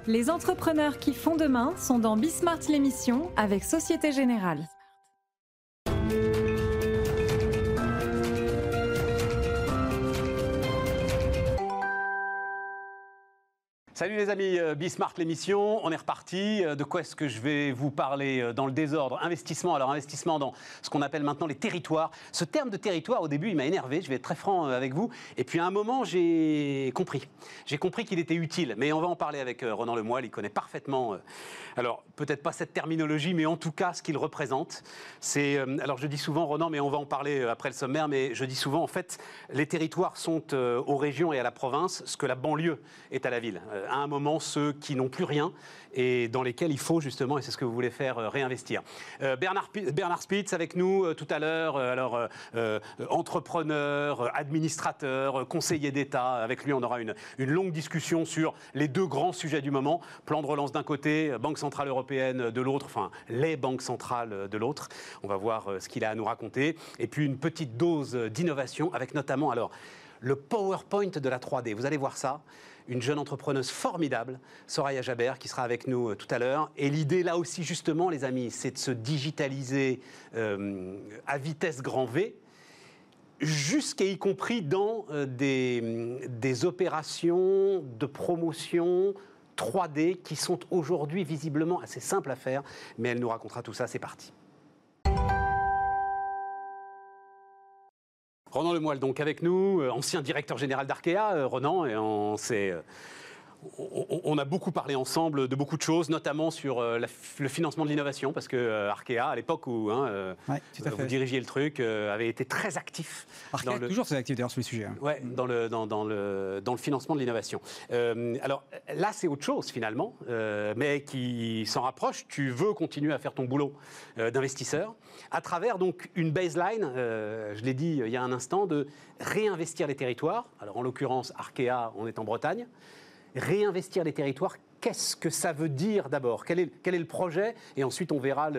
Les entrepreneurs qui font demain sont dans Bismart l'émission avec Société Générale. Salut les amis, Bismart l'émission, on est reparti. De quoi est-ce que je vais vous parler dans le désordre? Investissement, alors investissement dans ce qu'on appelle maintenant les territoires. Ce terme de territoire, au début, il m'a énervé, je vais être très franc avec vous. Et puis à un moment, j'ai compris qu'il était utile. Mais on va en parler avec Ronan Lemoyle, il connaît parfaitement, alors peut-être pas cette terminologie, mais en tout cas ce qu'il représente. C'est, alors je dis souvent, Ronan, mais on va en parler après le sommaire, mais je dis souvent, en fait, les territoires sont aux régions et à la province ce que la banlieue est à la ville. À un moment, ceux qui n'ont plus rien et dans lesquels il faut justement, et c'est ce que vous voulez faire, réinvestir. Bernard Spitz avec nous tout à l'heure, entrepreneur, administrateur, conseiller d'État. Avec lui, on aura une longue discussion sur les deux grands sujets du moment. Plan de relance d'un côté, Banque Centrale Européenne de l'autre, enfin les banques centrales de l'autre. On va voir ce qu'il a à nous raconter. Et puis une petite dose d'innovation avec notamment alors le PowerPoint de la 3D. Vous allez voir ça. Une jeune entrepreneuse formidable, Soraya Jabert, qui sera avec nous tout à l'heure. Et l'idée, là aussi, justement, les amis, c'est de se digitaliser à vitesse grand V, jusqu'à y compris dans des opérations de promotion 3D qui sont aujourd'hui visiblement assez simples à faire. Mais elle nous racontera tout ça, c'est parti. Ronan Lemoyle, donc avec nous, ancien directeur général d'Arkea, Ronan, et on a beaucoup parlé ensemble de beaucoup de choses, notamment sur le financement de l'innovation, parce que Arkea, à l'époque où vous dirigiez le truc, avait été très actif. Arkea est toujours très actif d'ailleurs sur les sujets. Ouais, dans le financement de l'innovation. Alors là, c'est autre chose finalement, mais qui s'en rapproche. Tu veux continuer à faire ton boulot d'investisseur à travers donc une baseline, je l'ai dit il y a un instant, de réinvestir les territoires. Alors en l'occurrence, Arkea, on est en Bretagne. Réinvestir les territoires, qu'est-ce que ça veut dire d'abord? Quel est le projet? Et ensuite, on verra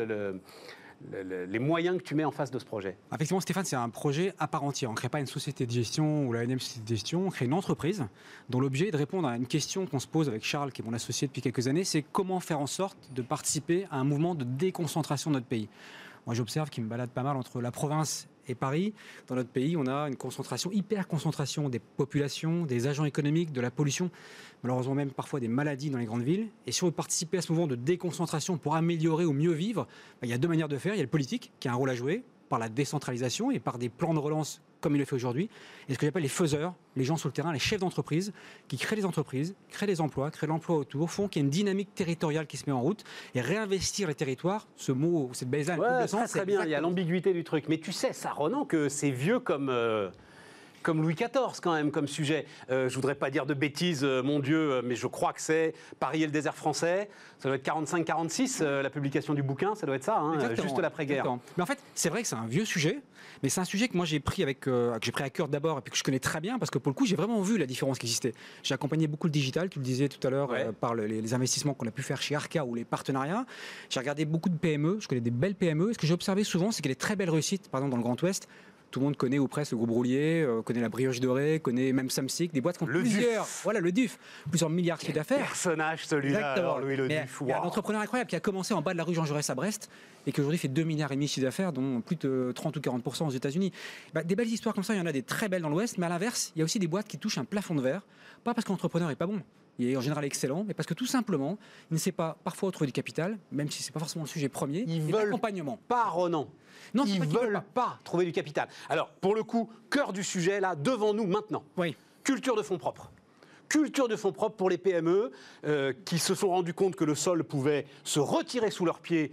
les moyens que tu mets en face de ce projet. Effectivement, Stéphane, c'est un projet à part entière. On ne crée pas une société de gestion ou la NM société de gestion, on crée une entreprise dont l'objet est de répondre à une question qu'on se pose avec Charles, qui est mon associé depuis quelques années, c'est comment faire en sorte de participer à un mouvement de déconcentration de notre pays. Moi, j'observe qu'il me balade pas mal entre la province et Paris. Dans notre pays, on a une concentration, hyper-concentration des populations, des agents économiques, de la pollution, malheureusement même parfois des maladies dans les grandes villes. Et si on veut participer à ce mouvement de déconcentration pour améliorer ou mieux vivre, il y a deux manières de faire. Il y a le politique qui a un rôle à jouer par la décentralisation et par des plans de relance comme il le fait aujourd'hui, et ce que j'appelle les faiseurs, les gens sur le terrain, les chefs d'entreprise, qui créent des entreprises, créent des emplois, créent l'emploi autour, font qu'il y a une dynamique territoriale qui se met en route, et réinvestir les territoires, ce mot, cette baseline, ouais, très bien, il y a l'ambiguïté du truc. Mais tu sais, ça, Ronan, que c'est vieux comme Louis XIV quand même, comme sujet. Je voudrais pas dire de bêtises, mon Dieu, mais je crois que c'est Paris et le désert français. Ça doit être 45-46, la publication du bouquin, ça doit être ça, hein, juste l'après-guerre. Exactement. Mais en fait, c'est vrai que c'est un vieux sujet, mais c'est un sujet que moi j'ai pris que j'ai pris à cœur d'abord et puis que je connais très bien, parce que pour le coup, j'ai vraiment vu la différence qui existait. J'ai accompagné beaucoup le digital, tu le disais tout à l'heure, par les investissements qu'on a pu faire chez Arca ou les partenariats. J'ai regardé beaucoup de PME, je connais des belles PME, et ce que j'ai observé souvent, c'est qu'il y a des très belles réussites, par exemple dans le Grand Ouest. Tout le monde connaît ou presque le groupe Roulier, connaît la Brioche Dorée, connaît même Samsic, des boîtes qui ont plusieurs milliards de chiffres d'affaires. Personnage celui-là, Louis Le Duf. Il y a un entrepreneur incroyable qui a commencé en bas de la rue Jean Jaurès à Brest et qui aujourd'hui fait 2,5 milliards de chiffre d'affaires, dont plus de 30 ou 40% aux États-Unis. Des belles histoires comme ça, il y en a des très belles dans l'Ouest, mais à l'inverse, il y a aussi des boîtes qui touchent un plafond de verre, pas parce que l'entrepreneur n'est pas bon. Il est en général excellent, mais parce que tout simplement, il ne sait pas parfois trouver du capital, même si ce n'est pas forcément le sujet premier, et l'accompagnement. Pas Ronan. Non, ils ne veulent pas trouver du capital. Alors, pour le coup, cœur du sujet, là, devant nous, maintenant. Oui. Culture de fonds propres. Culture de fonds propres pour les PME qui se sont rendus compte que le sol pouvait se retirer sous leurs pieds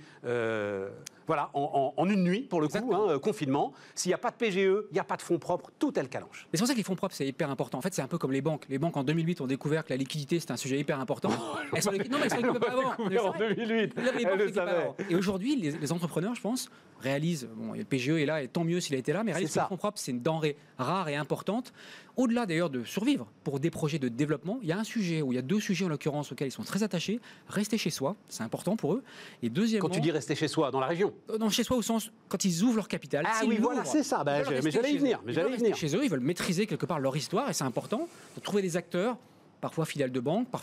en une nuit, pour le coup, confinement. S'il n'y a pas de PGE, il n'y a pas de fonds propres, tout est le calanche. C'est pour ça que les fonds propres, c'est hyper important. En fait, c'est un peu comme les banques. Les banques, en 2008, ont découvert que la liquidité, c'était un sujet hyper important. Elles sont découvert pas avant. En 2008, elles le savaient. Et aujourd'hui, les entrepreneurs, je pense, réalisent, le PGE est là, et tant mieux s'il a été là, mais réalisent que les fonds propres, c'est une denrée rare et importante. Au-delà d'ailleurs de survivre pour des projets de développement, il y a un sujet, ou il y a deux sujets en l'occurrence auxquels ils sont très attachés. Rester chez soi, c'est important pour eux. Et deuxièmement, quand tu dis rester chez soi, dans la région? Non, chez soi au sens, quand ils ouvrent leur capital. Ah oui, voilà, c'est ça. Mais j'allais y venir. Chez eux, ils veulent maîtriser quelque part leur histoire, et c'est important de trouver des acteurs, parfois filiales de banque, parfois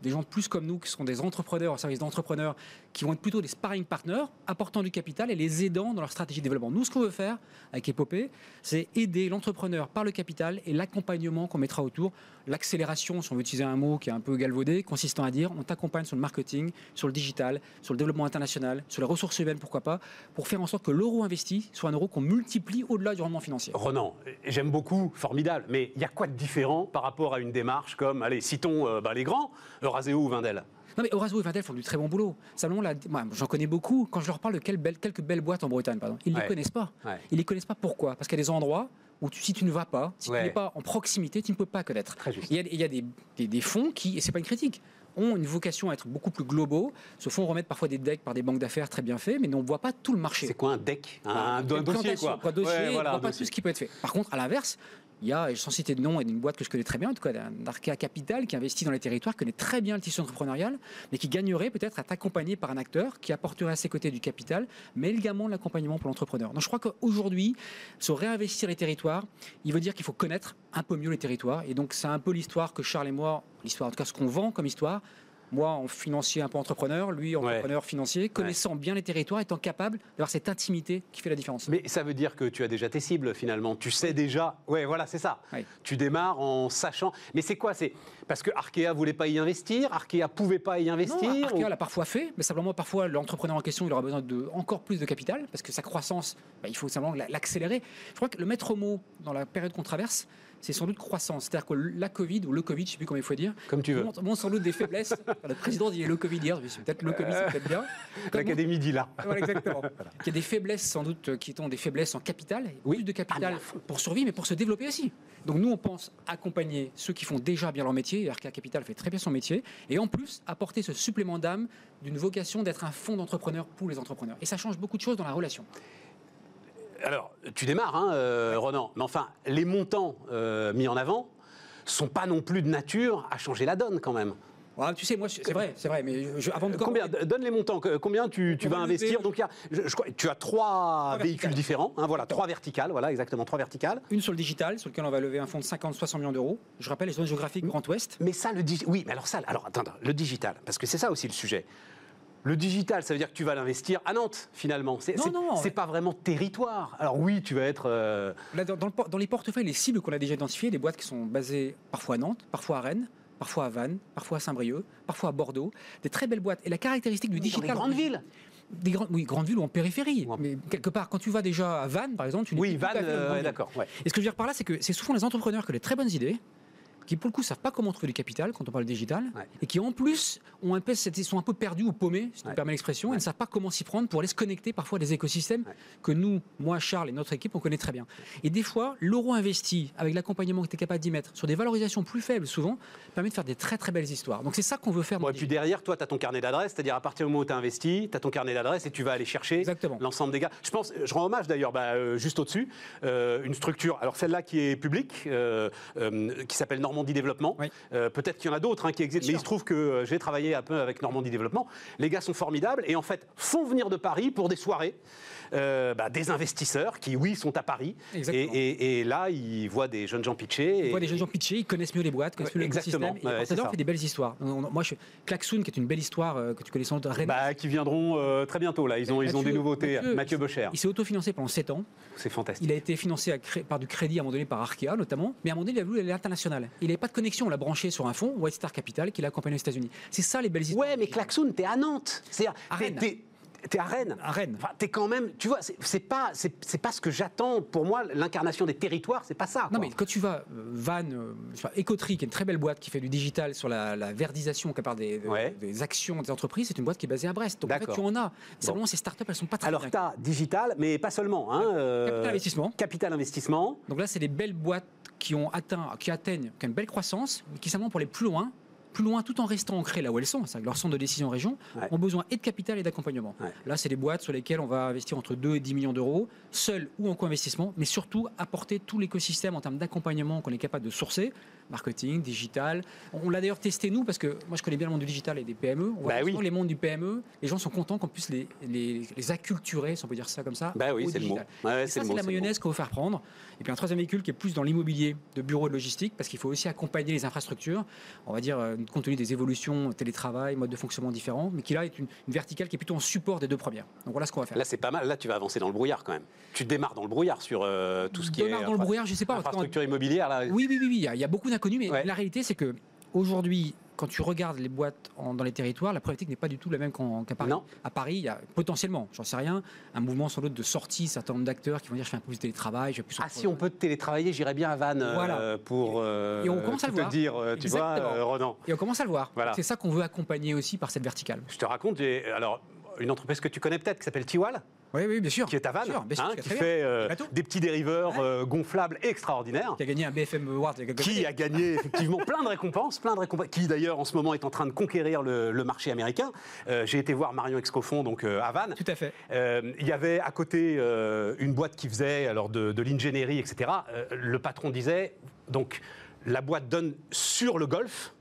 des gens plus comme nous, qui sont des entrepreneurs, au service d'entrepreneurs, qui vont être plutôt des sparring partners, apportant du capital et les aidant dans leur stratégie de développement. Nous, ce qu'on veut faire avec Epopé, c'est aider l'entrepreneur par le capital et l'accompagnement qu'on mettra autour. L'accélération, si on veut utiliser un mot qui est un peu galvaudé, consistant à dire on t'accompagne sur le marketing, sur le digital, sur le développement international, sur les ressources humaines, pourquoi pas, pour faire en sorte que l'euro investi soit un euro qu'on multiplie au-delà du rendement financier. Ronan, j'aime beaucoup, formidable, mais il y a quoi de différent par rapport à une démarche comme, allez, citons les grands, Eurazeo ou Wendel? Non mais Eurazeo et Wendel font du très bon boulot. Simplement, moi, j'en connais beaucoup. Quand je leur parle de quelques belles boîtes en Bretagne, pardon, ils ne les connaissent pas. Ouais. Ils ne les connaissent pas. Pourquoi? Parce qu'il y a des endroits où si tu ne vas pas, si tu n'es pas en proximité, tu ne peux pas connaître. Il y a des fonds qui, et ce n'est pas une critique, ont une vocation à être beaucoup plus globaux, se font remettre parfois des decks par des banques d'affaires très bien faits, mais on ne voit pas tout le marché. C'est quoi un deck? Un dossier, quoi. Un dossier, on ne voit pas tout ce qui peut être fait. Par contre, à l'inverse, il y a, sans citer de nom, et d'une boîte que je connais très bien, en tout cas d'Arkea Capital, qui investit dans les territoires, connaît très bien le tissu entrepreneurial, mais qui gagnerait peut-être à être accompagné par un acteur qui apporterait à ses côtés du capital, mais également de l'accompagnement pour l'entrepreneur. Donc je crois qu'aujourd'hui, se réinvestir les territoires, il veut dire qu'il faut connaître un peu mieux les territoires. Et donc c'est un peu l'histoire que Charles et moi, l'histoire en tout cas ce qu'on vend comme histoire, moi en financier un peu entrepreneur, lui entrepreneur financier, connaissant bien les territoires, étant capable d'avoir cette intimité qui fait la différence. Mais ça veut dire que tu as déjà tes cibles finalement, tu sais déjà, voilà c'est ça, tu démarres en sachant, mais c'est quoi, c'est parce que Arkea voulait pas y investir, Arkea pouvait pas y investir? Non, Arkea l'a parfois fait, mais simplement parfois l'entrepreneur en question il aura besoin de encore plus de capital, parce que sa croissance, il faut simplement l'accélérer. Je crois que le maître mot dans la période qu'on traverse, c'est sans doute croissance. C'est-à-dire que la Covid, ou le Covid, je ne sais plus comment il faut dire, comme tu veux, montre sans doute des faiblesses. Le président dit le Covid hier, c'est peut-être le Covid, c'est peut-être bien. L'Académie dit là. Voilà, exactement. Il y a des faiblesses sans doute qui sont des faiblesses en capital, plus de capital pour survivre, mais pour se développer aussi. Donc nous, on pense accompagner ceux qui font déjà bien leur métier, et Arkea Capital fait très bien son métier, et en plus apporter ce supplément d'âme d'une vocation d'être un fonds d'entrepreneurs pour les entrepreneurs. Et ça change beaucoup de choses dans la relation. Alors, tu démarres, Ronan, mais enfin, les montants mis en avant sont pas non plus de nature à changer la donne quand même. Ouais, tu sais, moi, c'est vrai, mais avant de combien, donne les montants, combien tu vas investir. Donc, je crois, tu as trois véhicules différents, trois verticales, voilà, exactement, trois verticales. Une sur le digital, sur lequel on va lever un fonds de 50-60 millions d'euros. Je rappelle les zones géographiques Grand Ouest. Mais ça, attends, le digital, parce que c'est ça aussi le sujet. Le digital, ça veut dire que tu vas l'investir à Nantes, finalement. C'est pas vraiment territoire. Alors oui, tu vas être... Là, dans les portefeuilles, les cibles qu'on a déjà identifiées, des boîtes qui sont basées parfois à Nantes, parfois à Rennes, parfois à Vannes, parfois à Saint-Brieuc, parfois à Bordeaux. Des très belles boîtes. Et la caractéristique du digital... Dans les grandes villes. Grandes villes ou en périphérie. Mais quelque part, quand tu vas déjà à Vannes, par exemple... Vannes, d'accord. Ouais. Et ce que je veux dire par là, c'est que c'est souvent les entrepreneurs qui ont des très bonnes idées, qui pour le coup ne savent pas comment trouver du capital quand on parle digital, et qui en plus sont un peu perdus ou paumés, si tu me permets l'expression, et ne savent pas comment s'y prendre pour aller se connecter parfois à des écosystèmes que nous, moi, Charles et notre équipe, on connaît très bien. Et des fois, l'euro investi, avec l'accompagnement que tu es capable d'y mettre, sur des valorisations plus faibles souvent, permet de faire des très très belles histoires. Donc c'est ça qu'on veut faire. Et puis derrière, toi, tu as ton carnet d'adresses, c'est-à-dire à partir du moment où tu as investi, tu as ton carnet d'adresses et tu vas aller chercher l'ensemble des gars. Je rends hommage d'ailleurs, juste au-dessus, une structure, alors celle-là qui est publique, qui s'appelle Normandie Développement. Peut-être qu'il y en a d'autres qui existent, mais il se trouve que j'ai travaillé un peu avec Normandie Développement. Les gars sont formidables et en fait font venir de Paris pour des soirées des investisseurs qui, sont à Paris. Et là, ils voient des jeunes gens pitcher. Ils connaissent mieux les boîtes, connaissent mieux l'écosystème. Et ça fait des belles histoires. Moi, Klaxoon, qui est une belle histoire que tu connais sans doute, qui viendront très bientôt. Là, ils ont des nouveautés. Mathieu Bocher. Il s'est autofinancé pendant 7 ans. C'est fantastique. Il a été financé par du crédit à un moment donné par Arkea notamment, mais à un moment donné, il a voulu aller à l'international. Il n'avait pas de connexion, on l'a branché sur un fonds, White Star Capital, qui l'a accompagné aux États-Unis. C'est ça les belles histoires. Ouais, mais Klaxoon, t'es à Nantes. T'es à Rennes. Enfin, t'es quand même, tu vois, c'est pas ce que j'attends. Pour moi, l'incarnation des territoires, c'est pas ça. Non, mais quand tu vas Vannes, Écoterie, qui est une très belle boîte qui fait du digital sur la verdisation, qui part des actions des entreprises, c'est une boîte qui est basée à Brest. Donc en fait, tu en as. Simplement, ces startups, elles sont pas très bien. Alors, tu as digital, mais pas seulement. Capital investissement. Donc là, c'est des belles boîtes qui atteignent une belle croissance, qui simplement pour aller plus loin, tout en restant ancrés là où elles sont, c'est-à-dire leur centre de décision en région, ont besoin et de capital et d'accompagnement. Là, c'est des boîtes sur lesquelles on va investir entre 2 et 10 millions d'euros, seuls ou en co-investissement, mais surtout apporter tout l'écosystème en termes d'accompagnement qu'on est capable de sourcer, marketing, digital. On l'a d'ailleurs testé nous, parce que moi je connais bien le monde du digital et des PME. On voit souvent les mondes du PME, les gens sont contents qu'on puisse les acculturer, si on peut dire ça comme ça, oui, c'est digital. le mot. C'est la mayonnaise qu'on veut faire prendre. Et puis un troisième véhicule qui est plus dans l'immobilier de bureau et de logistique, parce qu'il faut aussi accompagner les infrastructures, on va dire, compte tenu des évolutions, télétravail, mode de fonctionnement différents, mais qui là est une verticale qui est plutôt en support des deux premières. Donc voilà ce qu'on va faire. Là, c'est pas mal. Là, tu vas avancer dans le brouillard quand même. Tu démarres dans le brouillard sur tout ce qui est dans le brouillard, je sais pas. Infrastructure immobilière. Là. Oui. Il y a beaucoup d'inconnus, mais la réalité, c'est que aujourd'hui, quand tu regardes les boîtes dans les territoires, la problématique n'est pas du tout la même qu'à Paris. Non. À Paris, il y a potentiellement, j'en sais rien, un mouvement sans doute de sortie, certain nombre d'acteurs qui vont dire je fais un peu plus de télétravail. Si on peut télétravailler, j'irais bien à Vannes pour et on commence à le voir. te dire, tu vois, Ronan. Et on commence à le voir. Voilà. C'est ça qu'on veut accompagner aussi par cette verticale. Je te raconte, alors une entreprise que tu connais peut-être qui s'appelle Tiwal. Oui, bien sûr. Qui est à Vannes, bien sûr, qui fait des petits dériveurs gonflables extraordinaires. Qui a gagné un BFM Award il y a quelques années. Qui a gagné effectivement plein de récompenses, qui d'ailleurs en ce moment est en train de conquérir le marché américain. J'ai été voir Marion Excofond donc à Vannes. Tout à fait. Il y avait à côté une boîte qui faisait alors de l'ingénierie, etc. Le patron disait, donc la boîte donne sur le golfe,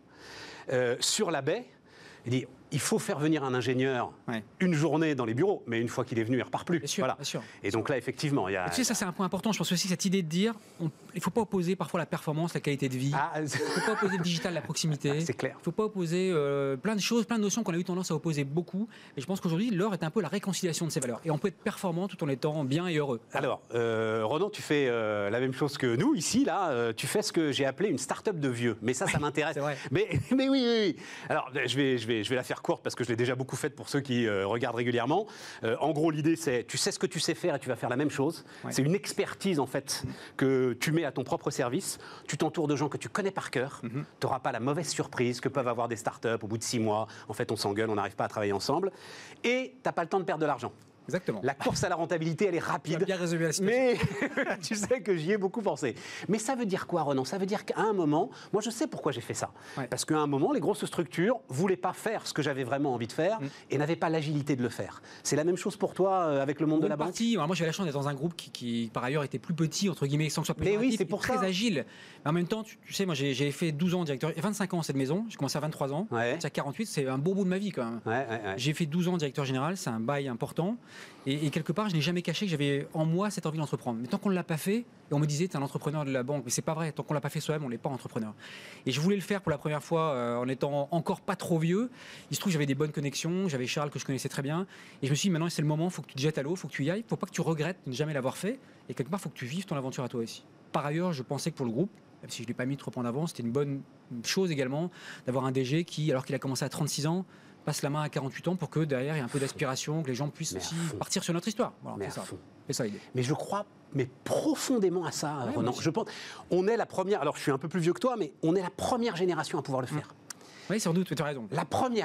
sur la baie. Il dit, il faut faire venir un ingénieur une journée dans les bureaux, mais une fois qu'il est venu, il ne repart plus. Bien sûr, bien sûr. Et donc là, effectivement, il y a... Tu sais, ça c'est un point important. Je pense aussi cette idée de dire, il ne faut pas opposer parfois la performance, la qualité de vie. Il ne faut pas opposer le digital, la proximité. C'est clair. Il ne faut pas opposer plein de choses, plein de notions qu'on a eu tendance à opposer beaucoup. Et je pense qu'aujourd'hui, l'or est un peu la réconciliation de ces valeurs. Et on peut être performant tout en étant bien et heureux. Alors, Ronan, tu fais la même chose que nous ici, là. Tu fais ce que j'ai appelé une start-up de vieux. Mais ça m'intéresse. C'est vrai. Mais oui. Alors, je vais la faire courte parce que je l'ai déjà beaucoup faite pour ceux qui regardent régulièrement. En gros, l'idée, c'est tu sais ce que tu sais faire et tu vas faire la même chose. C'est une expertise, en fait, que tu mets à ton propre service. Tu t'entoures de gens que tu connais par cœur. Tu n'auras pas la mauvaise surprise que peuvent avoir des startups au bout de 6 mois. En fait, on s'engueule, on n'arrive pas à travailler ensemble. Et tu n'as pas le temps de perdre de l'argent. Exactement. La course à la rentabilité, elle est rapide. Tu as bien résumé la situation. Mais tu sais que j'y ai beaucoup pensé. Mais ça veut dire quoi, Ronan ? Ça veut dire qu'à un moment, moi je sais pourquoi j'ai fait ça. Parce qu'à un moment, les grosses structures ne voulaient pas faire ce que j'avais vraiment envie de faire et n'avaient pas l'agilité de le faire. C'est la même chose pour toi avec le monde de la banque ? Alors moi, j'avais la chance d'être dans un groupe qui par ailleurs, était plus petit, entre guillemets, sans que ce soit péjoratif, oui, c'est pour très agile. Mais en même temps, tu sais, moi j'ai fait 12 ans directeur, 25 ans à cette maison, j'ai commencé à 23 ans, à 48, c'est un beau bout de ma vie quand même. J'ai fait 12 ans directeur général, c'est un bail important. Et quelque part, je n'ai jamais caché que j'avais en moi cette envie d'entreprendre. Mais tant qu'on ne l'a pas fait, et on me disait, tu es un entrepreneur de la banque, mais c'est pas vrai, tant qu'on ne l'a pas fait soi-même, on n'est pas entrepreneur. Et je voulais le faire pour la première fois en étant encore pas trop vieux. Il se trouve que j'avais des bonnes connexions, j'avais Charles que je connaissais très bien. Et je me suis dit, maintenant c'est le moment, il faut que tu te jettes à l'eau, il faut que tu y ailles, il ne faut pas que tu regrettes de ne jamais l'avoir fait. Et quelque part, il faut que tu vives ton aventure à toi aussi. Par ailleurs, je pensais que pour le groupe, même si je ne l'ai pas mis trop en avant, c'était une bonne chose également d'avoir un DG qui, alors qu'il a commencé à 36 ans, passe la main à 48 ans pour que derrière il y ait un peu d'aspiration, que les gens puissent aussi partir sur notre histoire. Voilà, c'est ça l'idée. Mais je crois profondément à ça, Ronan. Je pense, on est la première, alors je suis un peu plus vieux que toi, mais on est la première génération à pouvoir le faire. Oui, sans doute, tu as raison. La première,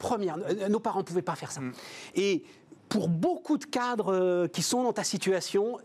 nos parents ne pouvaient pas faire ça. Et pour beaucoup de cadres qui sont dans ta situation,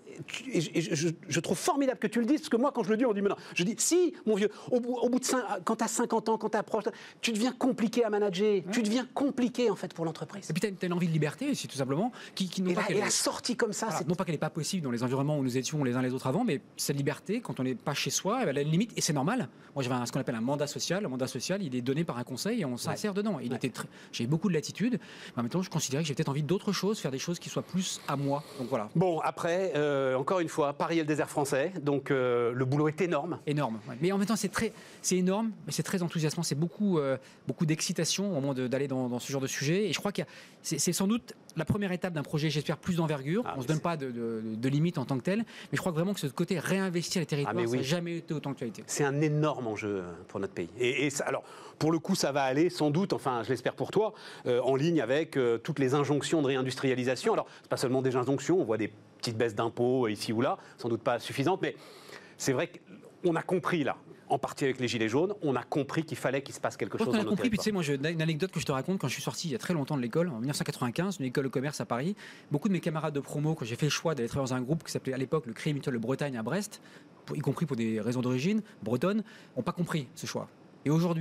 je trouve formidable que tu le dises, parce que moi, quand je le dis, on dit, mais non. Je dis, si, mon vieux, au bout de quand tu as 50 ans, quand tu approches, tu deviens compliqué à manager, tu deviens compliqué, en fait, pour l'entreprise. Et puis, tu as une envie de liberté aussi, tout simplement. Et la sortie comme ça, non pas qu'elle n'est pas possible dans les environnements où nous étions les uns les autres avant, mais cette liberté, quand on n'est pas chez soi, elle a une limite, et c'est normal. Moi, j'avais ce qu'on appelle un mandat social. Le mandat social, il est donné par un conseil et on s'insère dedans. J'ai beaucoup de latitude, mais en même temps, je considérais que j'ai peut-être envie d'autres choses, faire des choses qui soient plus à moi. Donc voilà. Bon, après, encore une fois, Paris et le désert français, donc le boulot est énorme. Énorme, mais en même temps c'est énorme, mais c'est très enthousiasmant, c'est beaucoup d'excitation au moment d'aller dans ce genre de sujet, et je crois que c'est sans doute la première étape d'un projet, j'espère, plus d'envergure. On ne se donne pas de limite en tant que tel, mais je crois vraiment que ce côté réinvestir les territoires, ça n'a jamais été autant d'actualité. C'est un énorme enjeu pour notre pays. Et ça, alors, pour le coup, ça va aller sans doute, enfin, je l'espère pour toi, en ligne avec toutes les injonctions de réindustrialisation. Alors, c'est pas seulement des injonctions, on voit des petites baisses d'impôts ici ou là, sans doute pas suffisantes, mais c'est vrai qu'on a compris là. En partie avec les Gilets jaunes, on a compris qu'il fallait qu'il se passe quelque chose dans notre territoire. Puis tu sais, moi, j'ai une anecdote que je te raconte. Quand je suis sorti il y a très longtemps de l'école, en 1995, une école de commerce à Paris, beaucoup de mes camarades de promo, quand j'ai fait le choix d'aller travailler dans un groupe qui s'appelait à l'époque le Crédit Mutuel de Bretagne à Brest, y compris pour des raisons d'origine bretonne, n'ont pas compris ce choix. Et aujourd'hui,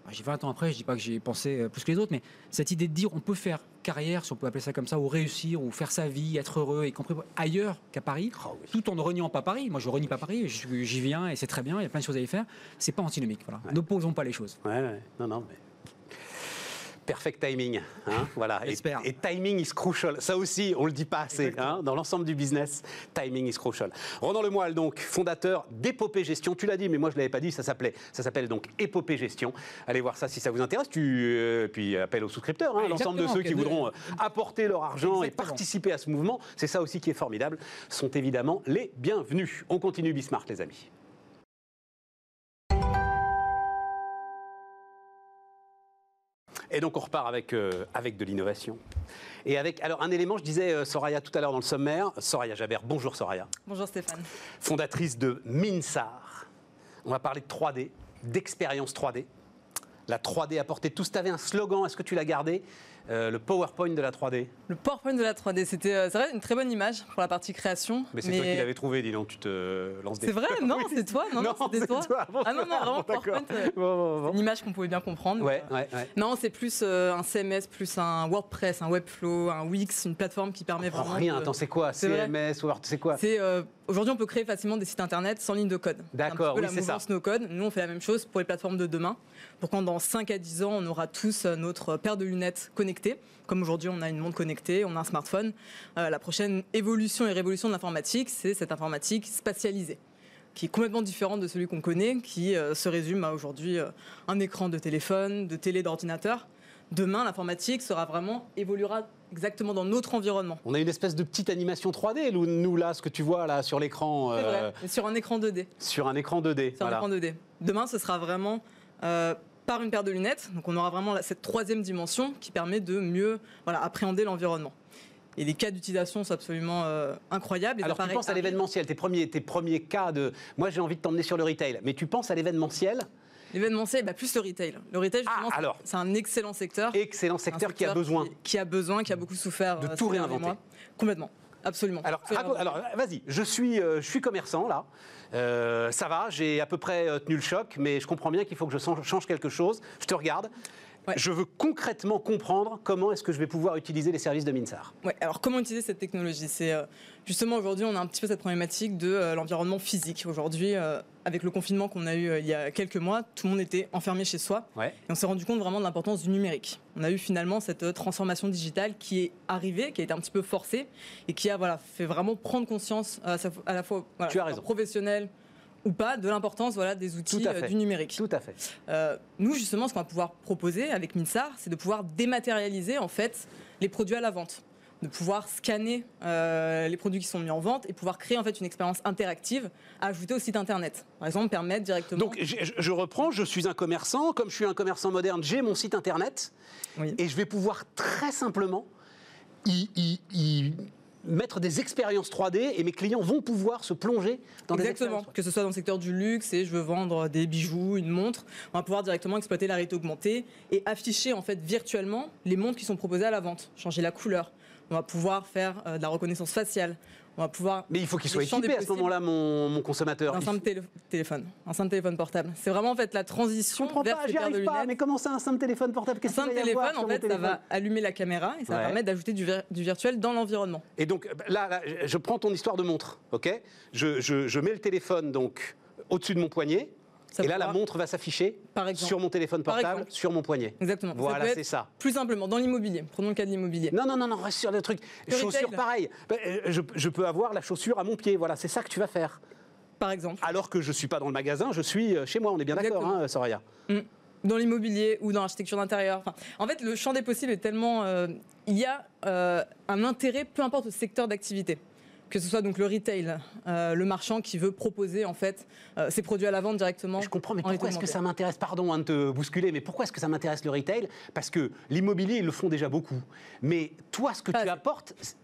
j'ai 20 ans après, je dis pas que j'ai pensé plus que les autres, mais cette idée de dire on peut faire carrière, si on peut appeler ça comme ça, ou réussir, ou faire sa vie, être heureux, y compris ailleurs qu'à Paris, tout en ne reniant pas Paris. Moi, je renie pas Paris, j'y viens et c'est très bien, il y a plein de choses à y faire. C'est pas antinomique, voilà. Ouais. N'opposons pas les choses. Non, mais... Perfect timing, hein, voilà. Et timing is crucial. Ça aussi, on le dit pas assez, hein, dans l'ensemble du business. Timing is crucial. Ronan Lemoyle, donc fondateur d'Épopée Gestion. Tu l'as dit, mais moi je l'avais pas dit. Ça s'appelle donc Épopée Gestion. Allez voir ça si ça vous intéresse. Puis appel aux souscripteurs, hein, l'ensemble de ceux qui voudront apporter leur argent et participer à ce mouvement. C'est ça aussi qui est formidable. Sont évidemment les bienvenus. On continue Bismart, les amis. Et donc on repart avec de l'innovation. Et avec, alors un élément, je disais Soraya tout à l'heure dans le sommaire, Soraya Jabert, bonjour Soraya. Bonjour Stéphane. Fondatrice de Minsar. On va parler de 3D, d'expérience 3D. La 3D à portée de tous. Tu avais un slogan, est-ce que tu l'as gardé ? Le PowerPoint de la 3D. Le PowerPoint de la 3D, c'était c'est vrai, une très bonne image pour la partie création. Mais c'est toi qui l'avais trouvé, dis donc, tu te lances des... C'est vrai, non, c'est toi, non, c'était toi. Bon, ah non, vraiment, PowerPoint, bon. une image qu'on pouvait bien comprendre. Ouais. Non, c'est plus un CMS, plus un WordPress, un Webflow, un Wix, une plateforme qui permet vraiment... Rien, attends, c'est quoi ? CMS, Word, c'est quoi ? Aujourd'hui, on peut créer facilement des sites internet sans ligne de code. D'accord, oui, c'est ça. La mouvance no code. Nous, on fait la même chose pour les plateformes de demain. Pour quand dans 5 à 10 ans, on aura tous notre paire de lunettes connectées. Comme aujourd'hui, on a une montre connectée, on a un smartphone. La prochaine évolution et révolution de l'informatique, c'est cette informatique spatialisée, qui est complètement différente de celui qu'on connaît, qui se résume à aujourd'hui un écran de téléphone, de télé, d'ordinateur. Demain, l'informatique évoluera exactement dans notre environnement. On a une espèce de petite animation 3D, nous là, ce que tu vois là sur l'écran. C'est vrai, sur un écran 2D. Sur un écran 2D. Sur un écran 2D. Demain, ce sera vraiment par une paire de lunettes. Donc on aura vraiment cette troisième dimension qui permet de mieux appréhender l'environnement. Et les cas d'utilisation sont absolument incroyables. Alors tu penses à l'événementiel, tes premiers cas de... Moi j'ai envie de t'emmener sur le retail, mais tu penses à l'événementiel ? L'événementiel, plus le retail. Le retail, justement, c'est un excellent secteur. Excellent secteur qui a besoin. Qui a beaucoup souffert. De tout réinventer. Complètement. Absolument. Alors vas-y, je suis commerçant là. Ça va, j'ai à peu près tenu le choc, mais je comprends bien qu'il faut que je change quelque chose. Je te regarde. Ouais. Je veux concrètement comprendre comment est-ce que je vais pouvoir utiliser les services de Minsar. Ouais, alors comment utiliser cette technologie ? C'est justement aujourd'hui, on a un petit peu cette problématique de l'environnement physique. Aujourd'hui, avec le confinement qu'on a eu il y a quelques mois, tout le monde était enfermé chez soi. Ouais. Et on s'est rendu compte vraiment de l'importance du numérique. On a eu finalement cette transformation digitale qui est arrivée, qui a été un petit peu forcée et qui a fait vraiment prendre conscience à la fois professionnelle ou pas, de l'importance des outils du numérique. Tout à fait. Nous, justement, ce qu'on va pouvoir proposer avec Minsar, c'est de pouvoir dématérialiser en fait les produits à la vente, de pouvoir scanner les produits qui sont mis en vente et pouvoir créer en fait une expérience interactive à ajouter au site internet. Par exemple, permettre directement... Donc, je reprends, je suis un commerçant, comme je suis un commerçant moderne, j'ai mon site internet et je vais pouvoir très simplement mettre des expériences 3D et mes clients vont pouvoir se plonger dans des expériences. Exactement, que ce soit dans le secteur du luxe et je veux vendre des bijoux, une montre, on va pouvoir directement exploiter la réalité augmentée et afficher en fait virtuellement les montres qui sont proposées à la vente, changer la couleur. On va pouvoir faire de la reconnaissance faciale. On va pouvoir... Mais il faut qu'il soit équipé à ce moment-là, mon consommateur. Un simple téléphone portable. C'est vraiment en fait la transition vers ces paires de lunettes. Mais comment ça, un simple téléphone portable ? Un simple téléphone, en fait, ça va allumer la caméra et ça va permettre d'ajouter du virtuel dans l'environnement. Et donc là, je prends ton histoire de montre, ok ? Je mets le téléphone donc au-dessus de mon poignet. Et là, la montre va s'afficher sur mon téléphone portable, sur mon poignet. Exactement. Voilà, c'est ça. Plus simplement, dans l'immobilier. Prenons le cas de l'immobilier. Non, reste sur le truc. Chaussures, pareil. Je peux avoir la chaussure à mon pied. Voilà, c'est ça que tu vas faire. Par exemple. Alors que je ne suis pas dans le magasin, je suis chez moi. On est bien d'accord, hein, Soraya ? Dans l'immobilier ou dans l'architecture d'intérieur. Enfin, en fait, le champ des possibles est tellement... il y a un intérêt, peu importe le secteur d'activité. Que ce soit donc le retail, le marchand qui veut proposer en fait ses produits à la vente directement. Je comprends, mais pourquoi est-ce que ça m'intéresse ? Pardon de te bousculer, mais pourquoi est-ce que ça m'intéresse le retail ? Parce que l'immobilier, ils le font déjà beaucoup. Mais toi, ce que tu apportes...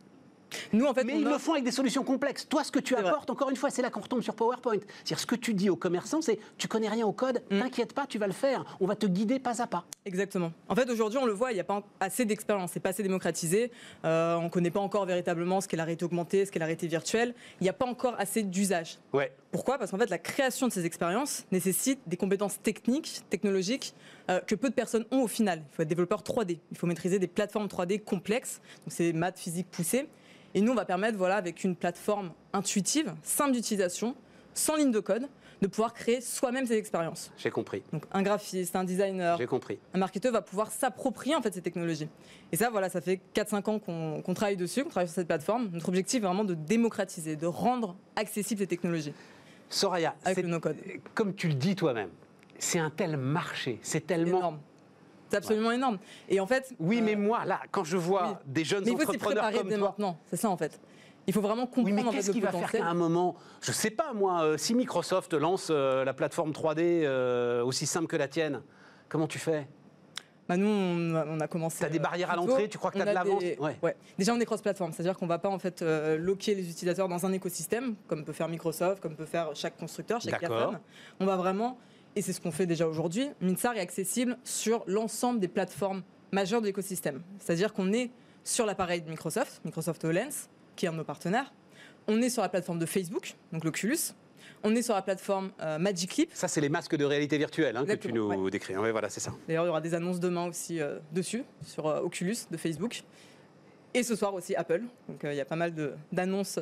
Nous, en fait, mais ils le font avec des solutions complexes. Toi, ce que tu apportes, encore une fois, c'est là qu'on retombe sur PowerPoint. C'est-à-dire, ce que tu dis aux commerçants, c'est tu connais rien au code, t'inquiète pas, tu vas le faire. On va te guider pas à pas. Exactement. En fait, aujourd'hui, on le voit, il n'y a pas assez d'expérience, c'est pas assez démocratisé. On ne connaît pas encore véritablement ce qu'est la réalité augmentée, ce qu'est la réalité virtuelle. Il n'y a pas encore assez d'usage. Ouais. Pourquoi ? Parce qu'en fait, la création de ces expériences nécessite des compétences techniques, technologiques, que peu de personnes ont au final. Il faut être développeur 3D. Il faut maîtriser des plateformes 3D complexes. Donc, c'est maths, physique poussée. Et nous, on va permettre, avec une plateforme intuitive, simple d'utilisation, sans ligne de code, de pouvoir créer soi-même ces expériences. J'ai compris. Donc, un graphiste, un designer, J'ai compris. un marketeur va pouvoir s'approprier en fait ces technologies. Et ça, ça fait 4-5 ans qu'on travaille dessus, qu'on travaille sur cette plateforme. Notre objectif est vraiment de démocratiser, de rendre accessibles ces technologies. Soraya, avec le no-code. Comme tu le dis toi-même, c'est un tel marché, c'est tellement... Énorme. C'est absolument énorme. Et en fait... Oui, mais moi, là, quand je vois des jeunes entrepreneurs comme toi... Mais il faut s'y préparer dès maintenant, c'est ça en fait. Il faut vraiment comprendre mais qu'est-ce qui va faire qu'à un moment, je sais pas moi, si Microsoft lance la plateforme 3D aussi simple que la tienne, comment tu fais ? Nous, on a commencé... Tu as des barrières à l'entrée, tu crois que tu as de l'avance ? Ouais. Déjà, on est cross-platform, c'est-à-dire qu'on ne va pas en fait loquer les utilisateurs dans un écosystème, comme peut faire Microsoft, comme peut faire chaque constructeur, chaque GAFAM. On va vraiment, et c'est ce qu'on fait déjà aujourd'hui, Minsar est accessible sur l'ensemble des plateformes majeures de l'écosystème. C'est-à-dire qu'on est sur l'appareil de Microsoft HoloLens, qui est un de nos partenaires. On est sur la plateforme de Facebook, donc l'Oculus. On est sur la plateforme Magic Leap. Ça, c'est les masques de réalité virtuelle que tu nous décris. Oui, voilà, c'est ça. D'ailleurs, il y aura des annonces demain aussi dessus, sur Oculus de Facebook. Et ce soir aussi Apple. Donc il y a pas mal d'annonces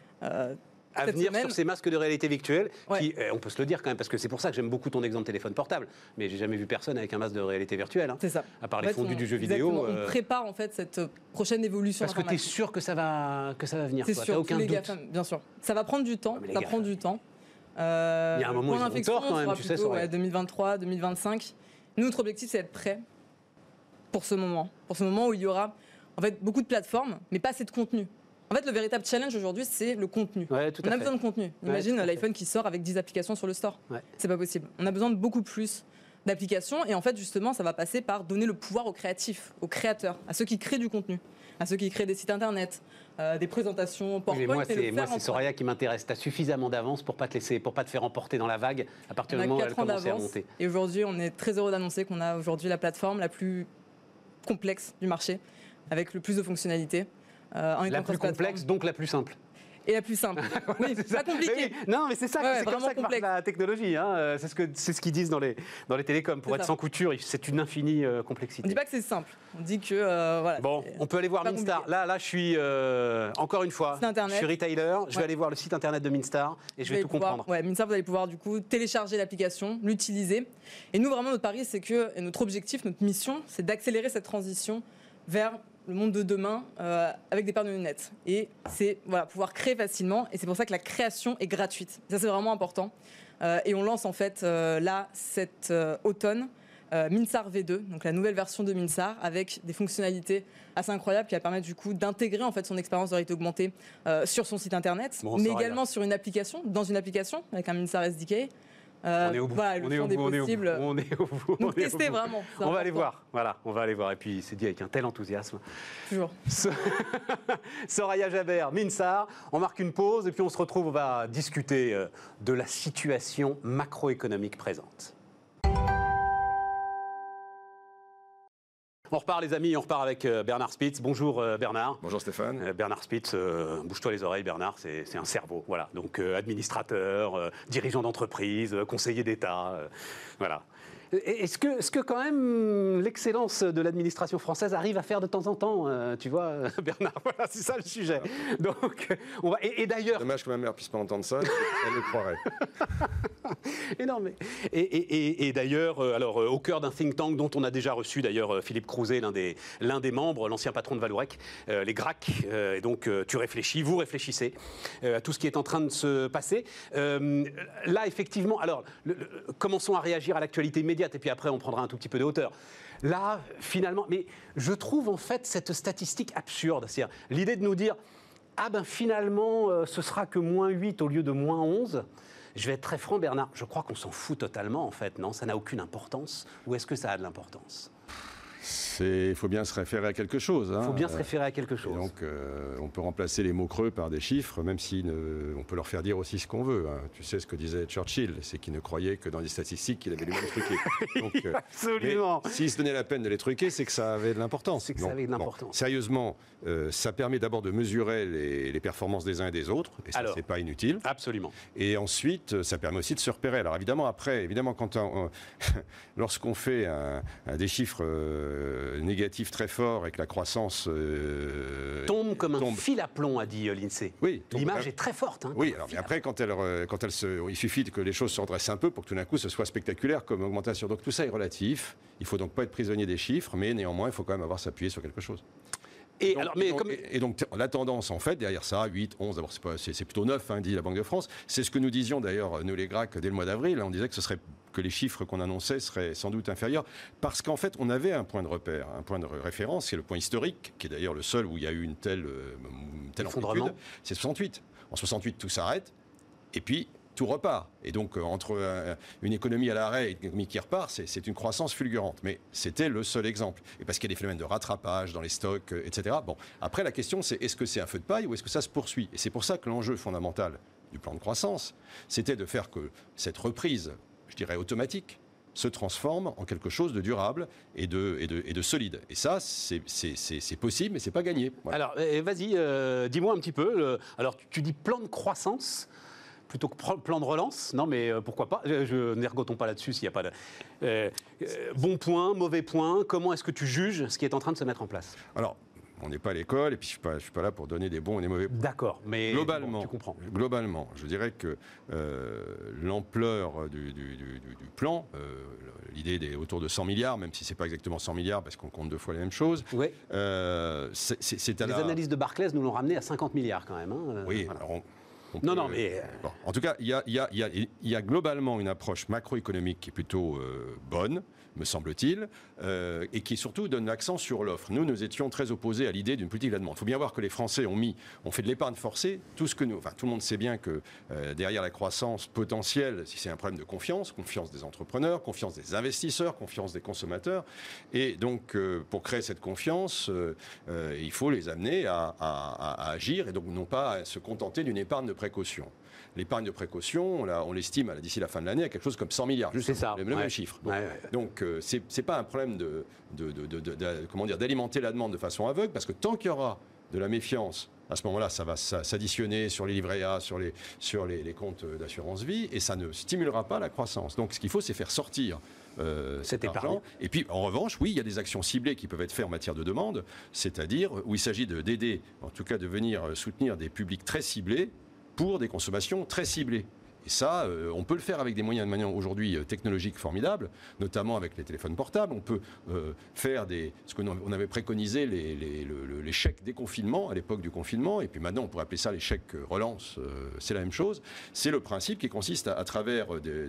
à venir sur ces masques de réalité virtuelle, qui, on peut se le dire quand même, parce que c'est pour ça que j'aime beaucoup ton exemple de téléphone portable, mais j'ai jamais vu personne avec un masque de réalité virtuelle. C'est ça. À part les fondus du jeu vidéo. On prépare en fait cette prochaine évolution. Parce que tu es sûr que ça va venir. C'est sûr, aucun doute. Bien sûr. Ça va prendre du temps. Ça prend du temps. Il y a un moment, ils ont tort quand même, tu sais. 2023, 2025. Nous, notre objectif, c'est d'être prêt pour ce moment. Pour ce moment où il y aura en fait beaucoup de plateformes, mais pas assez de contenu. En fait, le véritable challenge aujourd'hui, c'est le contenu. On a besoin de contenu. Imagine l'iPhone qui sort avec 10 applications sur le store. C'est pas possible. On a besoin de beaucoup plus d'applications. Et en fait, justement, ça va passer par donner le pouvoir aux créatifs, aux créateurs, à ceux qui créent du contenu, à ceux qui créent des sites internet, des présentations PowerPoint. Moi, c'est Soraya qui m'intéresse. Tu as suffisamment d'avance pour pas te faire emporter dans la vague à partir du moment où elle commence à monter. Et aujourd'hui, on est très heureux d'annoncer qu'on a aujourd'hui la plateforme la plus complexe du marché, avec le plus de fonctionnalités. La plus complexe, donc la plus simple. Et la plus simple. Oui, c'est pas compliqué. Non, mais c'est ça, c'est comme ça que marche la technologie. Hein. C'est ce qu'ils disent dans les télécoms. Pour être sans couture, c'est une infinie complexité. On dit pas que c'est simple. On dit que voilà. Bon, on peut aller voir Minstar. Là, je suis encore une fois. Je suis retailer. Je vais aller voir le site internet de Minstar et je vais tout comprendre. Minstar, vous allez pouvoir du coup télécharger l'application, l'utiliser. Et nous, vraiment, notre pari, c'est que et notre objectif, notre mission, c'est d'accélérer cette transition vers le monde de demain avec des paires de lunettes. Et c'est pouvoir créer facilement. Et c'est pour ça que la création est gratuite. Ça, c'est vraiment important. Et on lance en fait là, cet automne, Minsar V2, donc la nouvelle version de Minsar, avec des fonctionnalités assez incroyables qui va permettre du coup d'intégrer en fait son expérience de réalité augmentée sur son site internet, mais également sur une application, dans une application avec un Minsar SDK. On est au bout. On est au bout. Donc tester vraiment. On va aller voir. Voilà, on va aller voir. Et puis c'est dit avec un tel enthousiasme. Toujours. Soraya Jabert, Minsar. On marque une pause et puis on se retrouve. On va discuter de la situation macroéconomique présente. On repart les amis, on repart avec Bernard Spitz. Bonjour Bernard. Bonjour Stéphane. Bernard Spitz, bouge-toi les oreilles Bernard, c'est un cerveau. Voilà. Donc administrateur, dirigeant d'entreprise, conseiller d'État. Voilà. Est-ce que quand même l'excellence de l'administration française arrive à faire de temps en temps, tu vois, Bernard, voilà, c'est ça le sujet. Donc, on va, et d'ailleurs... Dommage que ma mère puisse pas entendre ça, elle le croirait. Et d'ailleurs, alors au cœur d'un think tank dont on a déjà reçu d'ailleurs Philippe Crouzet, l'un des membres, l'ancien patron de Vallourec, les GRAC, et donc vous réfléchissez à tout ce qui est en train de se passer. Là, effectivement, alors commençons à réagir à l'actualité immédiate. Et puis après, on prendra un tout petit peu de hauteur. Là, finalement, mais je trouve en fait cette statistique absurde. C'est-à-dire l'idée de nous dire, ah ben finalement, ce sera que -8 au lieu de -11. Je vais être très franc, Bernard, je crois qu'on s'en fout totalement en fait, non ? Ça n'a aucune importance. Ou est-ce que ça a de l'importance ? Il faut bien se référer à quelque chose. Il faut bien se référer à quelque chose. Et donc, on peut remplacer les mots creux par des chiffres, même si on peut leur faire dire aussi ce qu'on veut. Tu sais ce que disait Churchill, c'est qu'il ne croyait que dans les statistiques qu'il avait lui-même truqué. Donc, absolument. S'il se donnait la peine de les truquer, c'est que ça avait de l'importance. C'est que ça avait de l'importance. Sérieusement, ça permet d'abord de mesurer les performances des uns et des autres, et ça, c'est pas inutile. Absolument. Et ensuite, ça permet aussi de se repérer. Alors évidemment, lorsqu'on fait des chiffres négatifs très forts et que la croissance tombe comme un fil à plomb, a dit l'INSEE. Oui, l'image est très forte. Oui, alors, mais après, il suffit que les choses se redressent un peu pour que tout d'un coup ce soit spectaculaire comme augmentation. Donc tout ça est relatif. Il ne faut donc pas être prisonnier des chiffres, mais néanmoins, il faut quand même avoir s'appuyé sur quelque chose. Et donc, la tendance, en fait, derrière ça, 8, 11, d'abord, c'est plutôt 9, dit la Banque de France. C'est ce que nous disions d'ailleurs, nous les Gracs, dès le mois d'avril. On disait que les chiffres qu'on annonçait seraient sans doute inférieurs, parce qu'en fait, on avait un point de repère, un point de référence, c'est le point historique, qui est d'ailleurs le seul où il y a eu une telle amplitude. C'est 68. En 68, tout s'arrête, et puis tout repart. Et donc, entre une économie à l'arrêt et une économie qui repart, c'est une croissance fulgurante. Mais c'était le seul exemple. Et parce qu'il y a des phénomènes de rattrapage dans les stocks, etc. Bon, après, la question, c'est est-ce que c'est un feu de paille ou est-ce que ça se poursuit ? Et c'est pour ça que l'enjeu fondamental du plan de croissance, c'était de faire que cette reprise, je dirais automatique, se transforme en quelque chose de durable et de solide. Et ça, c'est possible, mais c'est pas gagné. Voilà. Alors, vas-y, dis-moi un petit peu. Alors, tu dis plan de croissance plutôt que plan de relance. Non, mais pourquoi pas ? N'ergotons pas là-dessus s'il n'y a pas de... bon point, mauvais point. Comment est-ce que tu juges ce qui est en train de se mettre en place ? Alors, on n'est pas à l'école, et puis je ne suis pas là pour donner des bons et des mauvais points. D'accord, mais globalement, tu comprends. Globalement, je dirais que l'ampleur du plan, l'idée est autour de 100 milliards, même si ce n'est pas exactement 100 milliards, parce qu'on compte deux fois les mêmes choses. Oui. Les analyses de Barclays nous l'ont ramené à 50 milliards quand même. Oui, voilà. alors mais... Bon. En tout cas, il y a globalement une approche macroéconomique qui est plutôt bonne, me semble-t-il, et qui surtout donne l'accent sur l'offre. Nous étions très opposés à l'idée d'une politique de la demande. Il faut bien voir que les Français ont fait de l'épargne forcée. Tout le monde sait bien que derrière la croissance potentielle, si c'est un problème de confiance des entrepreneurs, confiance des investisseurs, confiance des consommateurs, et donc pour créer cette confiance, il faut les amener à agir, et donc non pas à se contenter d'une épargne de précaution. L'épargne de précaution, on l'estime d'ici la fin de l'année à quelque chose comme 100 milliards. Juste le même chiffre. Donc, c'est pas un problème d'alimenter la demande de façon aveugle, parce que tant qu'il y aura de la méfiance, à ce moment-là, ça va s'additionner sur les livrets A, sur les comptes d'assurance vie, et ça ne stimulera pas la croissance. Donc, ce qu'il faut, c'est faire sortir cet argent. Et puis, en revanche, oui, il y a des actions ciblées qui peuvent être faites en matière de demande, c'est-à-dire où il s'agit d'aider, en tout cas de venir soutenir des publics très ciblés, pour des consommations très ciblées. Et ça, on peut le faire avec des moyens de manière aujourd'hui technologiques formidables, notamment avec les téléphones portables. On peut faire ce qu'on avait préconisé, les chèques déconfinement à l'époque du confinement, et puis maintenant on pourrait appeler ça les chèques relance, c'est la même chose. C'est le principe qui consiste à travers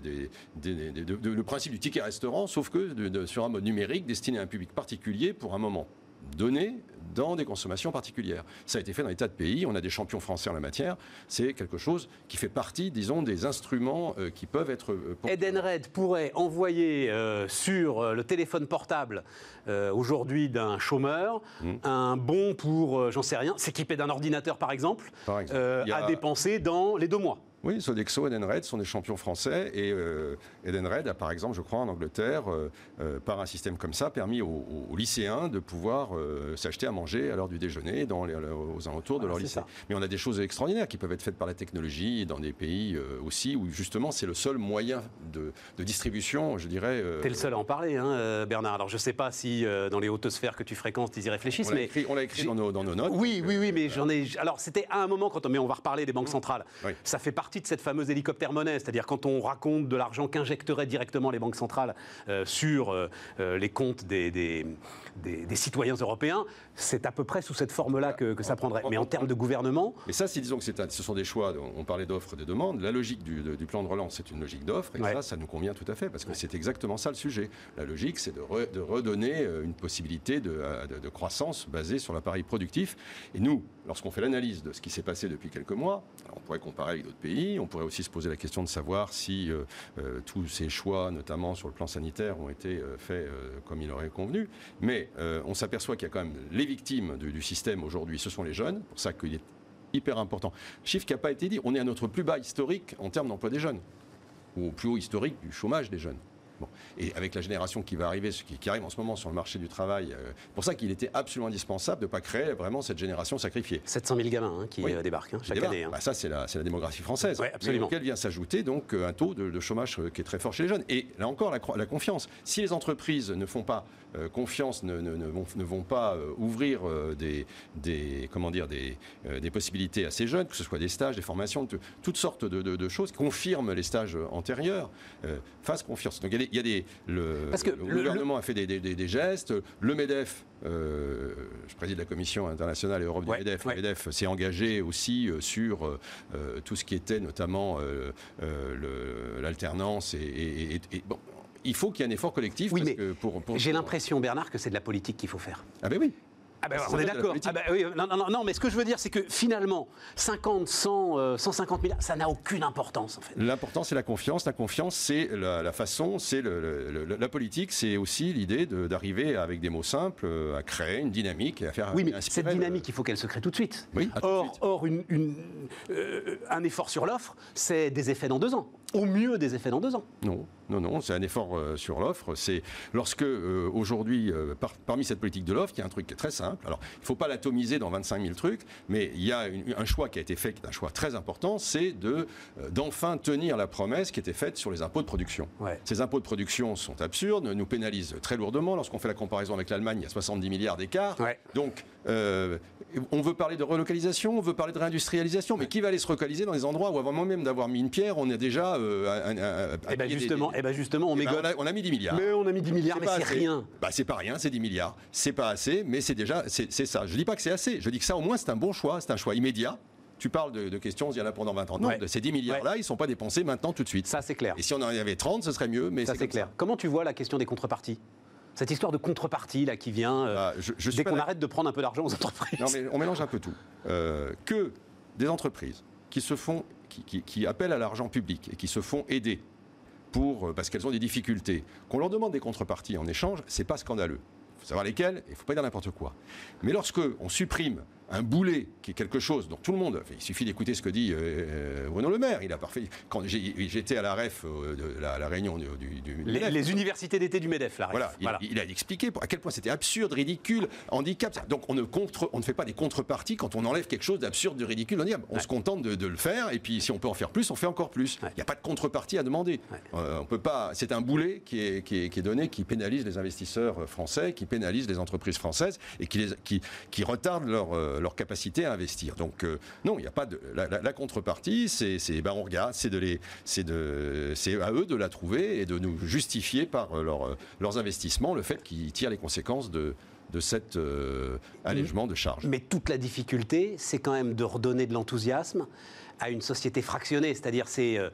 le principe du ticket restaurant, sauf que sur un mode numérique destiné à un public particulier pour un moment donné, dans des consommations particulières. Ça a été fait dans des tas de pays, on a des champions français en la matière, c'est quelque chose qui fait partie, disons, des instruments qui pevront être... Edenred pourrait envoyer sur le téléphone portable aujourd'hui d'un chômeur un bon pour, j'en sais rien, s'équiper d'un ordinateur par exemple, à dépenser dans les 2 mois. Oui, Sodexo, Edenred sont des champions français, et Edenred a par exemple, je crois, en Angleterre, par un système comme ça, permis aux lycéens de pouvoir s'acheter à manger à l'heure du déjeuner aux alentours de leur lycée. Mais on a des choses extraordinaires qui peuvent être faites par la technologie dans des pays aussi où justement c'est le seul moyen de distribution, je dirais. T'es le seul à en parler, Bernard. Alors je ne sais pas si dans les hautes sphères que tu fréquentes, ils y réfléchissent. On l'a écrit dans nos notes. Oui, mais j'en ai... Alors c'était à un moment, mais on va reparler des banques centrales. Oui. Ça fait partie de cette fameuse hélicoptère-monnaie, c'est-à-dire quand on raconte de l'argent qu'injecteraient directement les banques centrales sur les comptes des citoyens européens, c'est à peu près sous cette forme-là que ça prendrait. Mais en termes de gouvernement... Mais ça, disons que ce sont des choix, on parlait d'offres et de demandes, la logique du plan de relance, c'est une logique d'offre, et ça nous convient tout à fait, parce que c'est exactement ça le sujet. La logique, c'est de redonner une possibilité de croissance basée sur l'appareil productif. Et nous, lorsqu'on fait l'analyse de ce qui s'est passé depuis quelques mois, alors on pourrait comparer avec d'autres pays, l'économie. On pourrait aussi se poser la question de savoir si tous ces choix, notamment sur le plan sanitaire, ont été faits comme il aurait convenu. Mais on s'aperçoit qu'il y a quand même les victimes du système aujourd'hui, ce sont les jeunes. C'est pour ça qu'il est hyper important. Chiffre qui n'a pas été dit, on est à notre plus bas historique en termes d'emploi des jeunes, ou au plus haut historique du chômage des jeunes. Bon. Et avec la génération qui va arriver, qui arrive en ce moment sur le marché du travail, c'est pour ça qu'il était absolument indispensable de ne pas créer vraiment cette génération sacrifiée. 700 000 gamins qui débarquent chaque année. Bah, ça, c'est la démographie française. Ouais, absolument. Auquel vient s'ajouter donc un taux de chômage qui est très fort chez les jeunes. Et là encore, la confiance. Si les entreprises ne font pas confiance, ne vont pas ouvrir des possibilités à ces jeunes, que ce soit des stages, des formations, toutes sortes de choses, confirment les stages antérieurs, fassent confiance. Donc le gouvernement a fait des gestes. Le MEDEF, je préside la commission internationale et Europe du MEDEF. Le MEDEF s'est engagé aussi sur tout ce qui était notamment l'alternance et bon. Il faut qu'il y ait un effort collectif. Oui, mais j'ai l'impression, Bernard, que c'est de la politique qu'il faut faire. Ah ben oui. Ah ben on est d'accord. Ah ben oui, non, mais ce que je veux dire, c'est que finalement, 50, 100, 150 000, ça n'a aucune importance, en fait. L'important, c'est la confiance. La confiance, c'est la façon, c'est la politique, c'est aussi l'idée d'arriver avec des mots simples à créer une dynamique et à faire. Oui, mais cette dynamique, il faut qu'elle se crée tout de suite. Oui. Or, un effort sur l'offre, c'est des effets dans 2 ans. Au mieux, des effets dans 2 ans. Non, c'est un effort sur l'offre. C'est lorsque, aujourd'hui, parmi cette politique de l'offre, il y a un truc qui est très simple. Alors, il ne faut pas l'atomiser dans 25 000 trucs, mais il y a un choix qui a été fait, qui est un choix très important, c'est d'enfin tenir la promesse qui était faite sur les impôts de production. Ouais. Ces impôts de production sont absurdes, nous pénalisent très lourdement. Lorsqu'on fait la comparaison avec l'Allemagne, il y a 70 milliards d'écart. Ouais. Donc, on veut parler de relocalisation, on veut parler de réindustrialisation, mais qui va aller se relocaliser dans des endroits où, avant même d'avoir mis une pierre, on est déjà... justement, on mégote. On a mis 10 milliards. Mais on a mis 10 milliards, mais c'est rien. C'est pas rien, c'est 10 milliards. C'est pas assez, mais c'est déjà, c'est ça. Je dis pas que c'est assez. Je dis que ça, au moins, c'est un bon choix. C'est un choix immédiat. Tu parles de questions, il y en a pendant 20 ans. Non, ces 10 milliards-là, ils ne sont pas dépensés maintenant, tout de suite. Ça, c'est clair. Et si on en avait 30, ce serait mieux. Mais ça, c'est clair. Comment tu vois la question des contreparties ? Cette histoire de contrepartie là qui vient dès qu'on arrête de prendre un peu d'argent aux entreprises. Non, mais on mélange un peu tout. Que des entreprises qui appellent à l'argent public et qui se font aider parce qu'elles ont des difficultés, qu'on leur demande des contreparties en échange, c'est pas scandaleux. Il faut savoir lesquelles, et il ne faut pas dire n'importe quoi. Mais lorsque on supprime un boulet qui est quelque chose dont tout le monde... Il suffit d'écouter ce que dit Bruno Le Maire. Il a parfait. Quand j'étais à la REF, la réunion du MEDEF, les universités d'été du MEDEF, la REF. Voilà. Il a expliqué à quel point c'était absurde, ridicule, handicap. Donc on ne fait pas des contreparties quand on enlève quelque chose d'absurde, de ridicule. On se contente de le faire, et puis si on peut en faire plus, on fait encore plus. Il n'y a pas de contrepartie à demander. On peut pas. C'est un boulet qui est donné, qui pénalise les investisseurs français, qui pénalise les entreprises françaises, et qui retarde leur capacité à investir. Donc non, il n'y a pas de la contrepartie. On regarde, c'est à eux de la trouver et de nous justifier par leurs investissements le fait qu'ils tirent les conséquences de cet allègement de charges. Mais toute la difficulté, c'est quand même de redonner de l'enthousiasme à une société fractionnée. C'est-à-dire,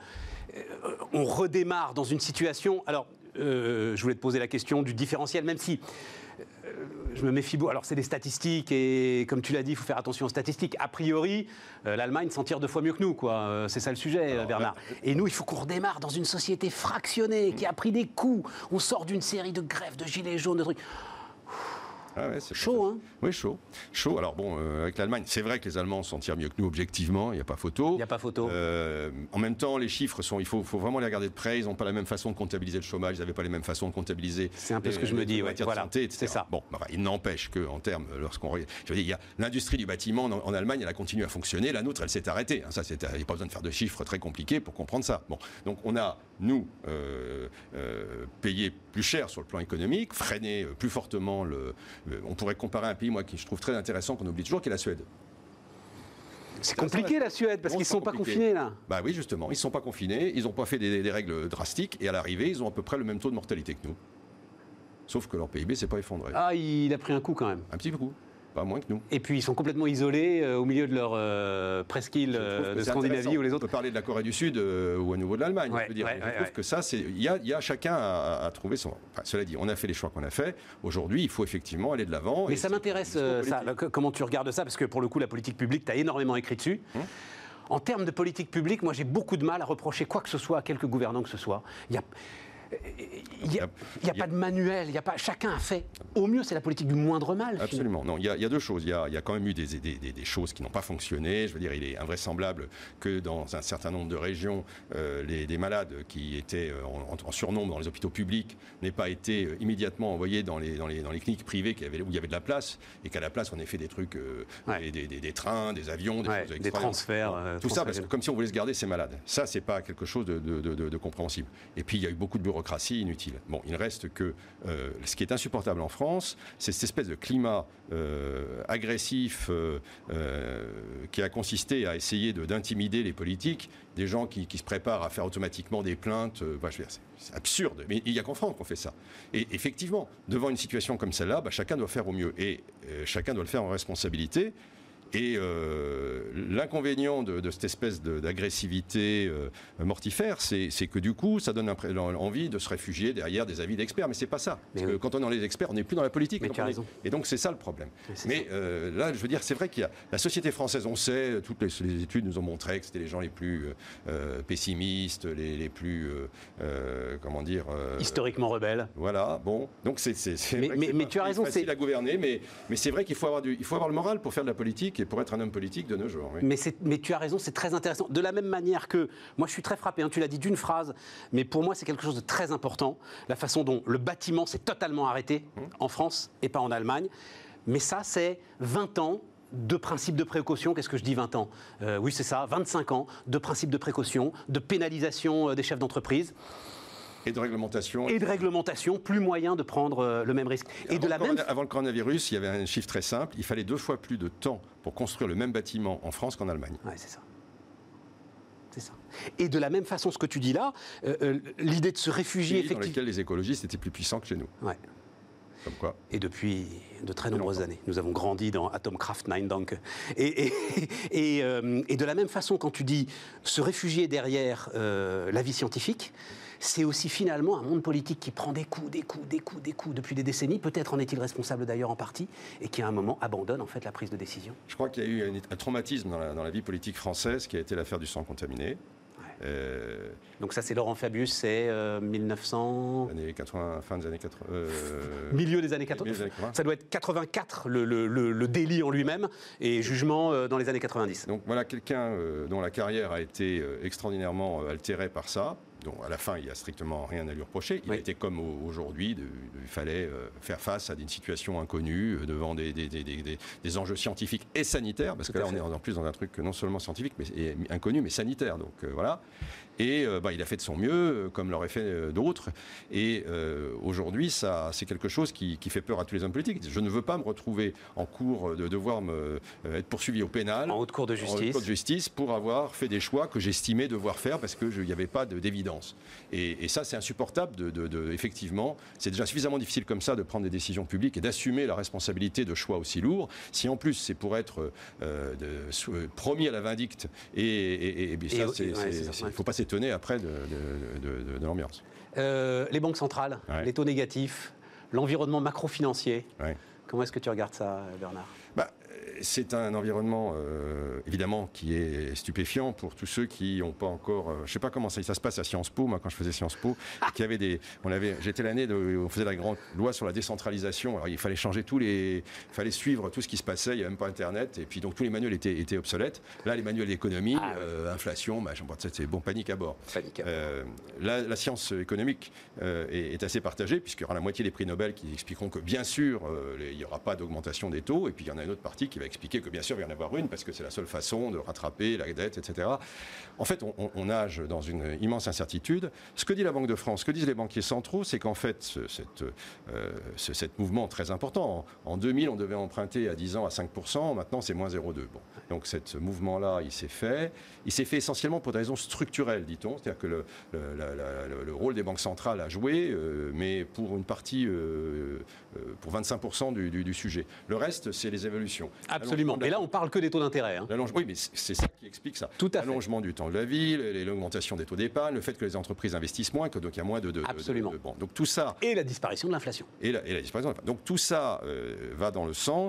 on redémarre dans une situation... Alors, je voulais te poser la question du différentiel, même si... je me méfie beaucoup. Alors, c'est des statistiques et, comme tu l'as dit, il faut faire attention aux statistiques. A priori, l'Allemagne s'en tire 2 fois mieux que nous, quoi. C'est ça le sujet, Bernard. Et nous, il faut qu'on redémarre dans une société fractionnée qui a pris des coups. On sort d'une série de grèves, de gilets jaunes, de trucs. C'est chaud, hein ? Oui, chaud. Alors bon, avec l'Allemagne, c'est vrai que les Allemands s'en tirent mieux que nous, objectivement, il n'y a pas photo. En même temps, les chiffres il faut vraiment les regarder de près. Ils n'ont pas la même façon de comptabiliser le chômage, ils n'avaient pas les mêmes façons de comptabiliser. C'est un peu ce que je me dis, de santé, etc. C'est ça. Bon, il n'empêche qu'en termes, il y a l'industrie du bâtiment en Allemagne, elle a continué à fonctionner. La nôtre, elle s'est arrêtée. Ça, il n'y a pas besoin de faire de chiffres très compliqués pour comprendre ça. Bon, donc on a, nous, payé plus cher sur le plan économique, freiné plus fortement on pourrait comparer un pays, moi, qui je trouve très intéressant, qu'on oublie toujours, qui est la Suède. C'est compliqué, la Suède, parce qu'ils ne sont pas confinés, là. Bah oui, justement, ils ne sont pas confinés, ils n'ont pas fait des règles drastiques, et à l'arrivée, ils ont à peu près le même taux de mortalité que nous. Sauf que leur PIB ne s'est pas effondré. Ah, il a pris un coup, quand même. Un petit coup. Pas moins que nous. Et puis ils sont complètement isolés au milieu de leur presqu'île de Scandinavie ou les autres. On peut parler de la Corée du Sud ou à nouveau de l'Allemagne. Je trouve que ça, il y a chacun à trouver son... cela dit, on a fait les choix qu'on a fait. Aujourd'hui, il faut effectivement aller de l'avant. Mais ça m'intéresse, comment tu regardes ça, parce que pour le coup, la politique publique, tu as énormément écrit dessus. en termes de politique publique, moi j'ai beaucoup de mal à reprocher quoi que ce soit à quelque gouvernant que ce soit. Il n'y a pas de manuel, chacun a fait. Au mieux, c'est la politique du moindre mal. Absolument. Non, il y a deux choses. Il y a quand même eu des choses qui n'ont pas fonctionné. Je veux dire, il est invraisemblable que dans un certain nombre de régions, les malades qui étaient en surnombre dans les hôpitaux publics n'aient pas été immédiatement envoyés dans les cliniques privées où il y avait de la place, et qu'à la place, on ait fait des trucs, des trains, des avions, des transferts. Tout ça, parce que comme si on voulait se garder ces malades. Ça, c'est pas quelque chose de compréhensible. Et puis, il y a eu beaucoup de bureaucratie inutile. Bon, il reste que ce qui est insupportable en France, c'est cette espèce de climat agressif qui a consisté à essayer d'intimider les politiques, des gens qui se préparent à faire automatiquement des plaintes. C'est absurde, mais il n'y a qu'en France qu'on fait ça. Et effectivement, devant une situation comme celle-là, chacun doit faire au mieux, et chacun doit le faire en responsabilité. Et l'inconvénient de cette espèce d'agressivité mortifère, c'est que du coup, ça donne envie de se réfugier derrière des avis d'experts. Mais c'est pas ça. Parce que quand on est dans les experts, on n'est plus dans la politique. Mais tu as raison. Et donc, c'est ça le problème. Mais là, je veux dire, c'est vrai qu'il y a la société française, on sait, toutes les études nous ont montré que c'était les gens les plus pessimistes, les plus, comment dire... historiquement rebelles. Voilà, bon. Donc, c'est mais tu as raison, facile à gouverner, mais c'est vrai qu'il faut avoir le moral pour faire de la politique et pour être un homme politique de nos jours. Oui. Mais tu as raison, c'est très intéressant. De la même manière que, moi je suis très frappé, tu l'as dit d'une phrase, mais pour moi c'est quelque chose de très important, la façon dont le bâtiment s'est totalement arrêté en France et pas en Allemagne. Mais ça, c'est 20 ans de principes de précaution. Qu'est-ce que je dis, 20 ans oui, c'est ça, 25 ans de principes de précaution, de pénalisation des chefs d'entreprise. Et de réglementation. Et de réglementation, plus moyen de prendre le même risque. Avant le coronavirus, il y avait un chiffre très simple, il fallait 2 fois plus de temps pour construire le même bâtiment en France qu'en Allemagne. Oui, c'est ça. C'est ça. Et de la même façon, ce que tu dis là, l'idée de se réfugier... Dans lesquels les écologistes étaient plus puissants que chez nous. Ouais. Comme quoi. Et depuis de très nombreuses années. Nous avons grandi dans Atomkraft 9, donc. Et de la même façon, quand tu dis se réfugier derrière l'avis scientifique, c'est aussi finalement un monde politique qui prend des coups depuis des décennies. Peut-être en est-il responsable d'ailleurs en partie, et qui à un moment abandonne en fait la prise de décision. Je crois qu'il y a eu un traumatisme dans la vie politique française qui a été l'affaire du sang contaminé. Donc ça c'est Laurent Fabius, c'est 1900... Années 80, fin des années 80... Milieu des années 80. Ça doit être 84 le délit en lui-même, et jugement dans les années 90. Donc voilà quelqu'un dont la carrière a été extraordinairement altérée par ça. Donc à la fin, il n'y a strictement rien à lui reprocher. Il a été comme aujourd'hui, il fallait faire face à une situation inconnue devant des enjeux scientifiques et sanitaires, parce que là on est en plus dans un truc non seulement scientifique, mais inconnu, mais sanitaire. Donc voilà. Et il a fait de son mieux, comme l'auraient fait d'autres. Et aujourd'hui, c'est quelque chose qui fait peur à tous les hommes politiques. Je ne veux pas me retrouver en cours de devoir être poursuivi au pénal, en haute cour de justice, pour avoir fait des choix que j'estimais devoir faire parce qu'il n'y avait pas d'évidence. Et ça, c'est insupportable. Effectivement, c'est déjà suffisamment difficile comme ça de prendre des décisions publiques et d'assumer la responsabilité de choix aussi lourds. Si en plus c'est pour être promis à la vindicte, il ne faut pas s'étonner après de l'ambiance. Les banques centrales, les taux négatifs, l'environnement macro-financier. Comment est-ce que tu regardes ça, Bernard ? C'est un environnement, évidemment, qui est stupéfiant pour tous ceux qui n'ont pas encore... je ne sais pas comment ça se passe à Sciences Po, moi, quand je faisais Sciences Po, j'étais l'année où on faisait la grande loi sur la décentralisation. Alors, il fallait changer il fallait suivre tout ce qui se passait, il n'y avait même pas Internet, et puis donc tous les manuels étaient obsolètes. Là, les manuels d'économie, inflation, c'est bon, panique à bord. La science économique est assez partagée, puisqu'il y aura la moitié des prix Nobel qui expliqueront que, bien sûr, il n'y aura pas d'augmentation des taux, et puis il y en a une autre partie qui va expliquer que bien sûr il va y en avoir une parce que c'est la seule façon de rattraper la dette, etc. En fait, on nage dans une immense incertitude. Ce que dit la Banque de France, ce que disent les banquiers centraux, c'est qu'en fait, cet mouvement très important, en 2000, on devait emprunter à 10 ans à 5%, maintenant c'est moins 0,2. Bon. Donc ce mouvement-là, il s'est fait essentiellement pour des raisons structurelles, dit-on, c'est-à-dire que le rôle des banques centrales a joué, mais pour une partie, pour 25% du sujet. Le reste, c'est les évolutions. Absolument. Et là, on parle que des taux d'intérêt. Oui, mais c'est ça qui explique ça. Tout à fait. L'allongement du temps de la vie, l'augmentation des taux d'épargne, le fait que les entreprises investissent moins, que donc il y a moins de Absolument. Donc tout ça. Et la disparition de l'inflation. Et la disparition de l'inflation. Donc tout ça va dans le sens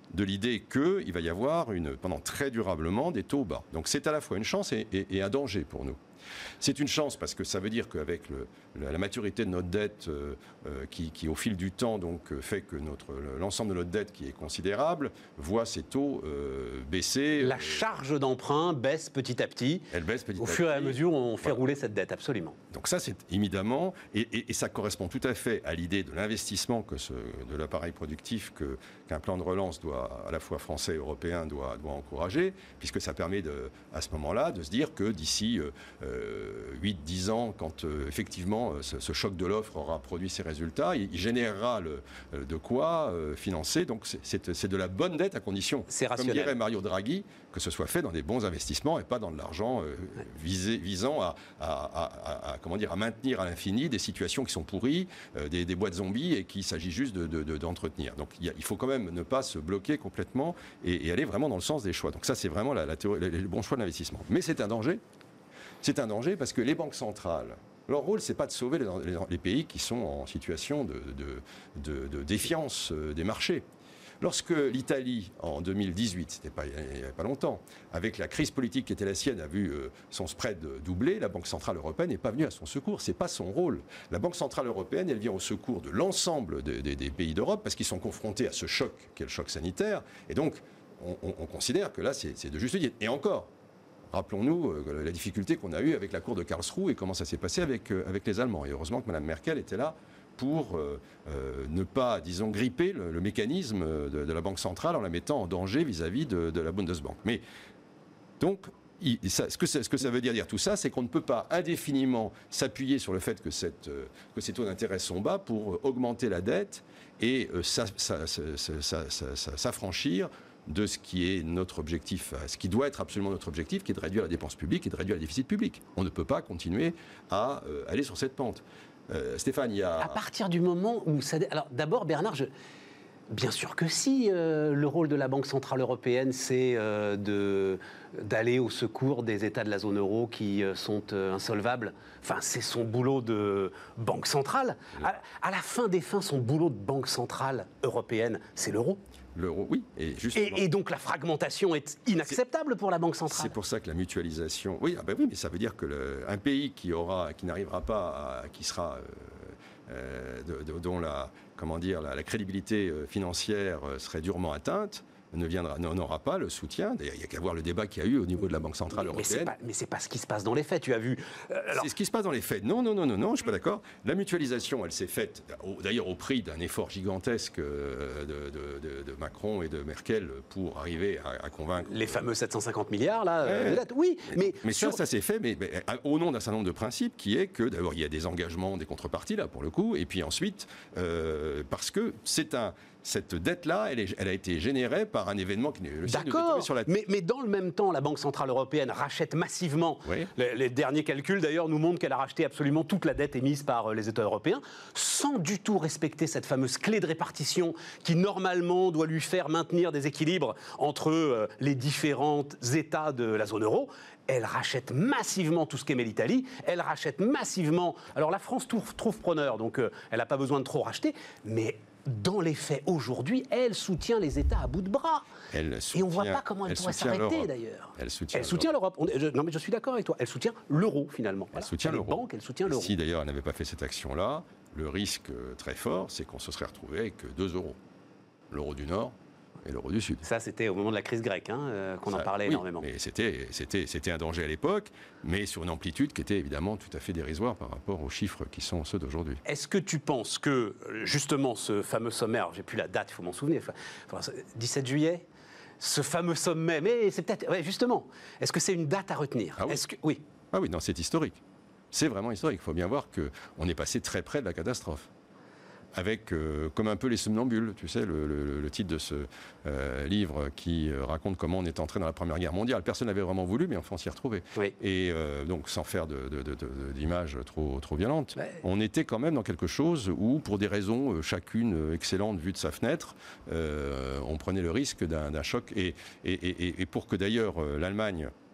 de l'idée qu'il va y avoir pendant très durablement des taux bas. Donc c'est à la fois une chance et un danger pour nous. C'est une chance parce que ça veut dire qu'avec la maturité de notre dette qui au fil du temps donc, fait que l'ensemble de notre dette qui est considérable voit ses taux baisser. La charge d'emprunt baisse petit à petit. Elle baisse petit à petit. Au fur et à mesure, on fait rouler cette dette, absolument. Donc ça, c'est évidemment, et ça correspond tout à fait à l'idée de l'investissement de l'appareil productif qu'un plan de relance à la fois français et européen doit encourager, puisque ça permet à ce moment-là de se dire que d'ici 8-10 ans, quand effectivement ce choc de l'offre aura produit ses résultats, il générera de quoi financer. Donc c'est de la bonne dette à condition, comme dirait Mario Draghi, que ce soit fait dans des bons investissements et pas dans de l'argent visant à maintenir à l'infini des situations qui sont pourries, des boîtes zombies et qu'il s'agit juste d'entretenir. Donc il faut quand même ne pas se bloquer complètement et aller vraiment dans le sens des choix. Donc ça, c'est vraiment le bon choix d'investissement. Mais c'est un danger. C'est un danger parce que les banques centrales, leur rôle, c'est pas de sauver les pays qui sont en situation de défiance des marchés. Lorsque l'Italie, en 2018, il n'y a pas longtemps, avec la crise politique qui était la sienne, a vu son spread doubler, la Banque Centrale Européenne n'est pas venue à son secours. Ce n'est pas son rôle. La Banque Centrale Européenne, elle vient au secours de l'ensemble des pays d'Europe parce qu'ils sont confrontés à ce choc, qui est le choc sanitaire. Et donc, on considère que là, c'est de juste dire. Et encore, rappelons-nous la difficulté qu'on a eue avec la cour de Karlsruhe et comment ça s'est passé avec les Allemands. Et heureusement que Mme Merkel était là pour ne pas, disons, gripper le mécanisme de la Banque centrale en la mettant en danger vis-à-vis de la Bundesbank. Mais donc, ce que ça veut dire tout ça, c'est qu'on ne peut pas indéfiniment s'appuyer sur le fait que ces taux d'intérêt sont bas pour augmenter la dette et s'affranchir de ce qui est notre objectif, ce qui doit être absolument notre objectif, qui est de réduire la dépense publique et de réduire le déficit public. On ne peut pas continuer à aller sur cette pente. Stéphane, il y a... À partir du moment où ça... Alors d'abord, Bernard, bien sûr que si. Le rôle de la Banque Centrale Européenne, c'est d'aller au secours des États de la zone euro qui sont insolvables. Enfin, c'est son boulot de Banque Centrale. À la fin des fins, son boulot de Banque Centrale Européenne, c'est l'euro. L'euro, oui. Et donc la fragmentation est inacceptable pour la Banque centrale. C'est pour ça que la mutualisation... Oui, oui, mais ça veut dire qu'un pays qui n'arrivera pas qui sera... dont la crédibilité financière serait durement atteinte, n'aura pas le soutien. D'ailleurs, il n'y a qu'à voir le débat qu'il y a eu au niveau de la Banque Centrale Européenne. Mais c'est pas ce qui se passe dans les faits, tu as vu. C'est ce qui se passe dans les faits. Non, je ne suis pas d'accord. La mutualisation, elle s'est faite, d'ailleurs au prix d'un effort gigantesque de Macron et de Merkel pour arriver à convaincre... Les fameux 750 milliards, là. Oui, mais ça s'est fait mais au nom d'un certain nombre de principes, qui est que, d'abord, il y a des engagements, des contreparties, là, pour le coup, et puis ensuite, parce que cette dette-là, elle a été générée par un événement qui n'est le signe de tomber sur la tête. Mais dans le même temps, la Banque Centrale Européenne rachète massivement. Oui. Les derniers calculs, d'ailleurs, nous montrent qu'elle a racheté absolument toute la dette émise par les États européens, sans du tout respecter cette fameuse clé de répartition qui, normalement, doit lui faire maintenir des équilibres entre les différents États de la zone euro. Elle rachète massivement tout ce qu'aimait l'Italie. Elle rachète massivement... Alors, la France trouve preneur, donc elle n'a pas besoin de trop racheter, mais... Dans les faits, aujourd'hui, elle soutient les États à bout de bras. Et on ne voit pas comment elle pourrait s'arrêter, d'ailleurs. Elle soutient l'Europe. Non, mais je suis d'accord avec toi. Elle soutient l'euro, finalement. Elle soutient l'euro. Les banques, elle soutient l'euro. Si, d'ailleurs, elle n'avait pas fait cette action-là, le risque très fort, c'est qu'on se serait retrouvé avec 2 euros. L'euro du Nord et l'euro du Sud. Ça, c'était au moment de la crise grecque qu'on en parlait énormément. Mais c'était un danger à l'époque, mais sur une amplitude qui était évidemment tout à fait dérisoire par rapport aux chiffres qui sont ceux d'aujourd'hui. Est-ce que tu penses que, justement, ce fameux sommet, alors j'ai plus la date, il faut m'en souvenir, 17 juillet, ce fameux sommet, mais c'est peut-être... Ouais, justement, est-ce que c'est une date à retenir? Oui. Ah oui, non, c'est historique. C'est vraiment historique. Il faut bien voir qu'on est passé très près de la catastrophe. Avec, comme un peu les somnambules, tu sais, le titre de ce livre qui raconte comment on est entré dans la Première Guerre mondiale. Personne n'avait vraiment voulu, mais enfin on s'y est retrouvé. Oui. Et donc, sans faire d'images trop violentes, on était quand même dans quelque chose où, pour des raisons chacune excellentes vues de sa fenêtre, on prenait le risque d'un choc. Et pour que d'ailleurs l'Allemagne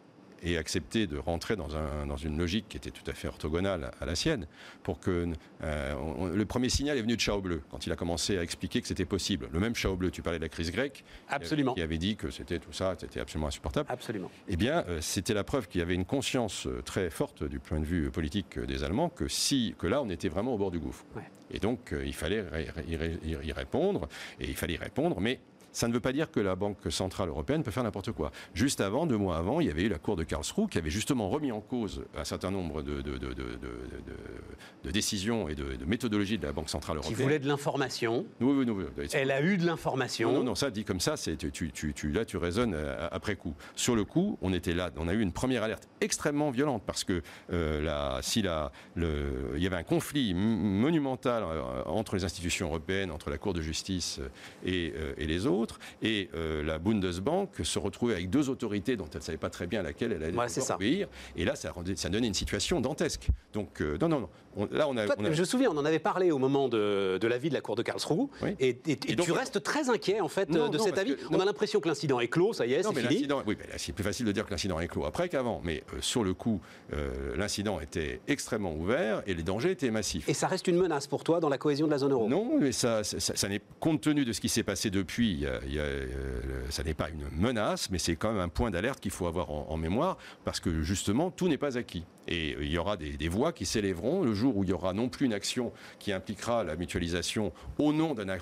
et accepté de rentrer dans une logique qui était tout à fait orthogonale à la sienne, pour que le premier signal est venu de Chaobleu, quand il a commencé à expliquer que c'était possible. Le même Chaobleu, tu parlais de la crise grecque, Absolument. qui avait dit que c'était tout ça, c'était absolument insupportable. Absolument. Eh bien, c'était la preuve qu'il y avait une conscience très forte du point de vue politique des Allemands que là, on était vraiment au bord du gouffre. Ouais. Et donc, il fallait y répondre, mais ça ne veut pas dire que la Banque Centrale Européenne peut faire n'importe quoi. Juste avant, 2 mois avant, il y avait eu la Cour de Karlsruhe qui avait justement remis en cause un certain nombre de décisions et de méthodologies de la Banque Centrale Européenne. Qui voulait de l'information. Oui. Elle a eu de l'information. Non, ça dit comme ça, tu raisonnes après coup. Sur le coup, on était là, on a eu une première alerte extrêmement violente parce que il y avait un conflit monumental entre les institutions européennes, entre la Cour de justice et les autres. Et la Bundesbank se retrouvait avec 2 autorités dont elle ne savait pas très bien à laquelle elle allait obéir. Et là, ça donnait une situation dantesque. Donc, non. Je me souviens, on en avait parlé au moment de l'avis de la Cour de Karlsruhe. Oui. Et donc, tu restes très inquiet, en fait, de cet avis. On a l'impression que l'incident est clos, ça y est, c'est fini. Oui, mais là, c'est plus facile de dire que l'incident est clos après qu'avant. Mais sur le coup, l'incident était extrêmement ouvert et les dangers étaient massifs. Et ça reste une menace pour toi dans la cohésion de la zone euro? Non, mais ça n'est, compte tenu de ce qui s'est passé depuis, ça n'est pas une menace, mais c'est quand même un point d'alerte qu'il faut avoir en mémoire, parce que justement, tout n'est pas acquis. Et il y aura des voix qui s'élèveront le jour où il y aura non plus une action qui impliquera la mutualisation au nom d'un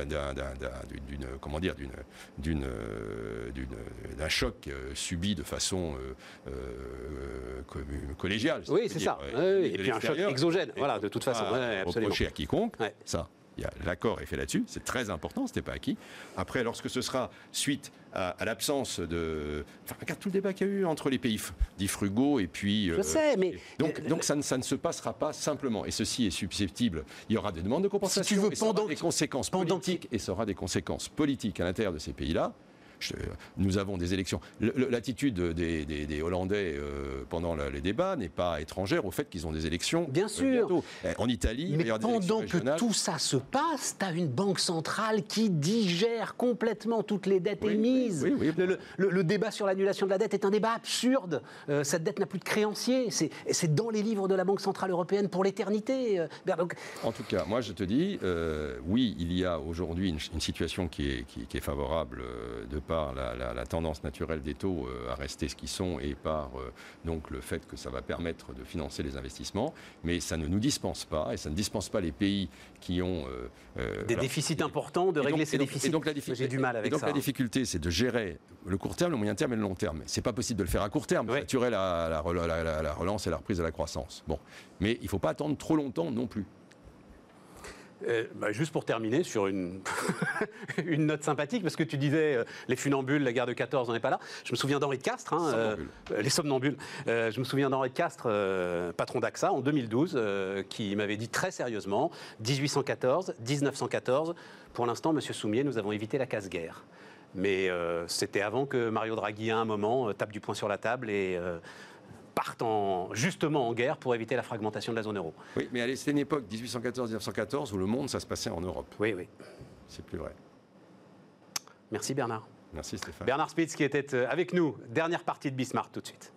choc subi de façon collégiale. Oui, c'est ça. Et puis un choc exogène, voilà, de toute façon. Reprocher à quiconque, ça. L'accord est fait là-dessus, c'est très important, ce n'était pas acquis. Après, lorsque ce sera suite à l'absence de... Enfin, regarde tout le débat qu'il y a eu entre les pays dits frugaux et puis... Je sais, mais... Donc ça ne se passera pas simplement. Et ceci est susceptible. Il y aura des demandes de compensation, si tu veux, et ça aura des conséquences politiques, et ça aura des conséquences politiques à l'intérieur de ces pays-là. Nous avons des élections. L'attitude des Hollandais pendant les débats n'est pas étrangère au fait qu'ils ont des élections. Bien sûr. Bientôt. En Italie, mais il y aura des élections pendant que tout ça se passe, tu as une banque centrale qui digère complètement toutes les dettes émises. Oui. Le débat sur l'annulation de la dette est un débat absurde. Cette dette n'a plus de créanciers. C'est dans les livres de la Banque Centrale Européenne pour l'éternité. En tout cas, moi je te dis, oui, il y a aujourd'hui une situation qui est favorable de par la tendance naturelle des taux à rester ce qu'ils sont et par donc le fait que ça va permettre de financer les investissements, mais ça ne nous dispense pas, et ça ne dispense pas les pays qui ont... des déficits importants, de régler ces déficits. J'ai du mal avec ça. Donc la difficulté, c'est de gérer le court terme, le moyen terme et le long terme. C'est pas possible de le faire à court terme, assurer la relance et la reprise de la croissance. Bon, mais il ne faut pas attendre trop longtemps non plus. Juste pour terminer sur une note sympathique, parce que tu disais les funambules, la guerre de 14, on n'est pas là. Je me souviens d'Henri de Castres, les somnambules. Je me souviens d'Henri de Castres, patron d'AXA, en 2012, qui m'avait dit très sérieusement 1814, 1914, pour l'instant, Monsieur Soumier, nous avons évité la casse-guerre. Mais c'était avant que Mario Draghi, à un moment, tape du poing sur la table et... partent justement en guerre pour éviter la fragmentation de la zone euro. Oui, mais c'était une époque, 1814-1914, où le monde, ça se passait en Europe. Oui. C'est plus vrai. Merci Bernard. Merci Stéphane. Bernard Spitz qui était avec nous. Dernière partie de Bismarck tout de suite.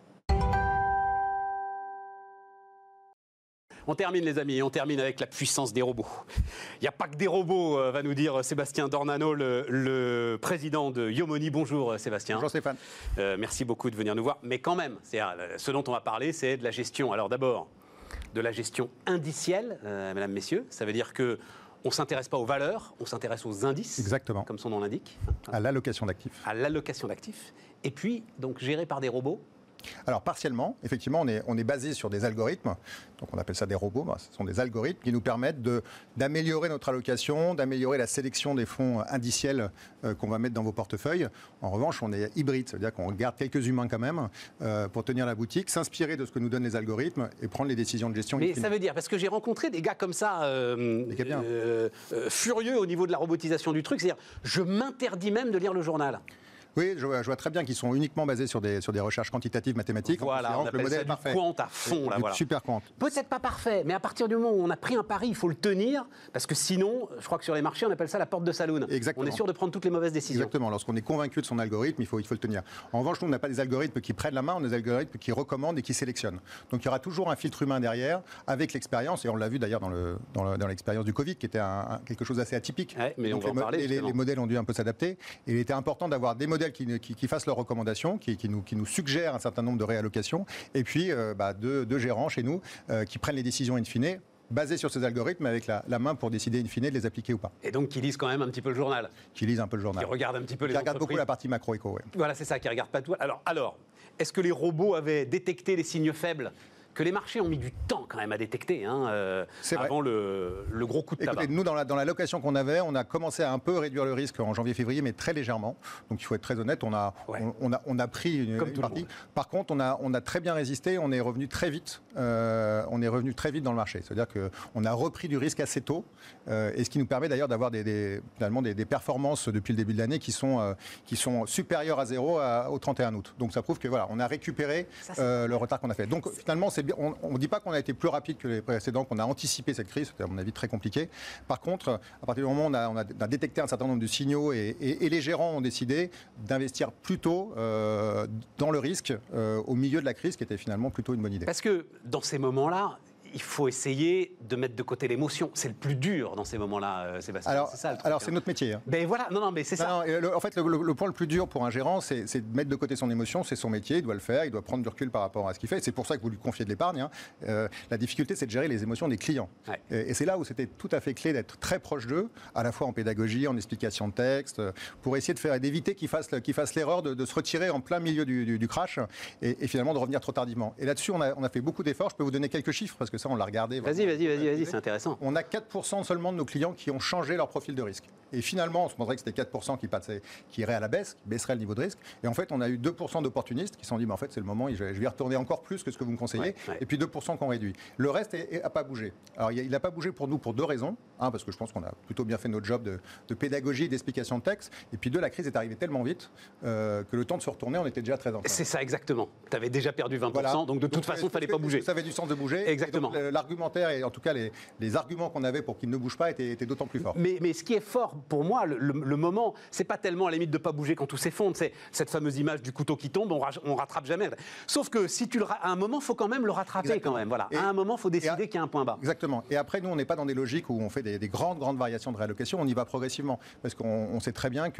On termine les amis, on termine avec la puissance des robots. Il n'y a pas que des robots, va nous dire Sébastien Dornano, le président de Yomoni. Bonjour Sébastien. Bonjour Stéphane. Merci beaucoup de venir nous voir. Mais quand même, ce dont on va parler, c'est de la gestion. Alors d'abord, de la gestion indicielle, mesdames, messieurs. Ça veut dire que on ne s'intéresse pas aux valeurs, on s'intéresse aux indices. Exactement. Comme son nom l'indique. À l'allocation d'actifs. À l'allocation d'actifs. Et puis, donc, géré par des robots. Alors partiellement, effectivement, on est basé sur des algorithmes, donc on appelle ça des robots, ce sont des algorithmes qui nous permettent d'améliorer notre allocation, d'améliorer la sélection des fonds indiciels qu'on va mettre dans vos portefeuilles. En revanche, on est hybride, c'est-à-dire qu'on garde quelques humains quand même pour tenir la boutique, s'inspirer de ce que nous donnent les algorithmes et prendre les décisions de gestion. Mais ça veut dire, parce que j'ai rencontré des gars comme ça, furieux au niveau de la robotisation du truc, c'est-à-dire je m'interdis même de lire le journal. Oui, je vois très bien qu'ils sont uniquement basés sur des recherches quantitatives mathématiques. Voilà, on appelle ça du quant à fond. Là, voilà. Super quant. Peut-être pas parfait, mais à partir du moment où on a pris un pari, il faut le tenir, parce que sinon, je crois que sur les marchés, on appelle ça la porte de saloon. Exactement. On est sûr de prendre toutes les mauvaises décisions. Exactement. Lorsqu'on est convaincu de son algorithme, il faut le tenir. En revanche, nous, on n'a pas des algorithmes qui prennent la main, on a des algorithmes qui recommandent et qui sélectionnent. Donc il y aura toujours un filtre humain derrière, avec l'expérience, et on l'a vu d'ailleurs dans l'expérience du Covid, qui était quelque chose d'assez atypique. Ouais, mais donc on va en parler, les modèles ont dû un peu s'adapter. Et il était important d'avoir des modèles qui fassent leurs recommandations, qui nous suggèrent un certain nombre de réallocations, et puis deux gérants chez nous qui prennent les décisions in fine, basées sur ces algorithmes, avec la main pour décider in fine de les appliquer ou pas. Et donc qui lisent quand même un petit peu le journal. Qui lisent un peu le journal. Qui regardent un petit peu les entreprises. Qui regardent beaucoup la partie macro-éco, oui. Voilà, c'est ça, qui regardent pas tout. Alors, est-ce que les robots avaient détecté les signes faibles que les marchés ont mis du temps quand même à détecter avant le gros coup de tabac. Écoutez, nous, dans la location qu'on avait, on a commencé à un peu réduire le risque en janvier-février, mais très légèrement. Donc il faut être très honnête, on a pris une partie. Par contre, on a très bien résisté, on est revenu très vite. On est revenu très vite dans le marché. C'est-à-dire qu'on a repris du risque assez tôt, et ce qui nous permet d'ailleurs d'avoir finalement des performances depuis le début de l'année qui sont supérieures à 0 au 31 août. Donc ça prouve que voilà, on a récupéré le retard qu'on a fait. Donc finalement, on ne dit pas qu'on a été plus rapide que les précédents, qu'on a anticipé cette crise, c'était à mon avis très compliqué. Par contre, à partir du moment où on a détecté un certain nombre de signaux et les gérants ont décidé d'investir plus tôt dans le risque au milieu de la crise, qui était finalement plutôt une bonne idée. Parce que dans ces moments-là, il faut essayer de mettre de côté l'émotion. C'est le plus dur dans ces moments-là, Sébastien. C'est ça, le truc, c'est notre métier. Ben voilà, mais c'est ça. En fait, le point le plus dur pour un gérant, c'est de mettre de côté son émotion. C'est son métier, il doit le faire, il doit prendre du recul par rapport à ce qu'il fait. C'est pour ça que vous lui confiez de l'épargne. La difficulté, c'est de gérer les émotions des clients. Ouais. Et c'est là où c'était tout à fait clé d'être très proche d'eux, à la fois en pédagogie, en explication de texte, pour essayer d'éviter qu'ils fassent l'erreur de se retirer en plein milieu du crash et finalement de revenir trop tardivement. Et là-dessus, on a fait beaucoup d'efforts. Je peux vous donner quelques chiffres parce que ça, on l'a regardé. Vas-y, c'est intéressant. On a 4% seulement de nos clients qui ont changé leur profil de risque. Et finalement, on se montrait que c'était 4% qui iraient à la baisse, qui baisseraient le niveau de risque. Et en fait, on a eu 2% d'opportunistes qui se sont dit, en fait, c'est le moment, je vais y retourner encore plus que ce que vous me conseillez. Ouais. Et puis 2% qu'on réduit. Le reste n'a pas bougé. Alors, il n'a pas bougé pour nous pour deux raisons. Un, parce que je pense qu'on a plutôt bien fait notre job de pédagogie et d'explication de texte. Et puis deux, la crise est arrivée tellement vite que le temps de se retourner, on était déjà très en retard. C'est ça, exactement. Tu avais déjà perdu 20%, voilà. Donc de toute façon, il ne fallait pas bouger. Ça avait du sens de bouger. Exactement. L'argumentaire, et en tout cas les arguments qu'on avait pour qu'il ne bouge pas étaient d'autant plus forts. Mais ce qui est fort pour moi, le moment, c'est pas tellement à la limite de ne pas bouger quand tout s'effondre, c'est cette fameuse image du couteau qui tombe, on rattrape jamais. Sauf que à un moment, il faut quand même le rattraper. Exactement. Quand même. Voilà. À un moment, il faut décider qu'il y a un point bas. Exactement. Et après, nous, on n'est pas dans des logiques où on fait des grandes variations de réallocation, on y va progressivement. Parce qu'on sait très bien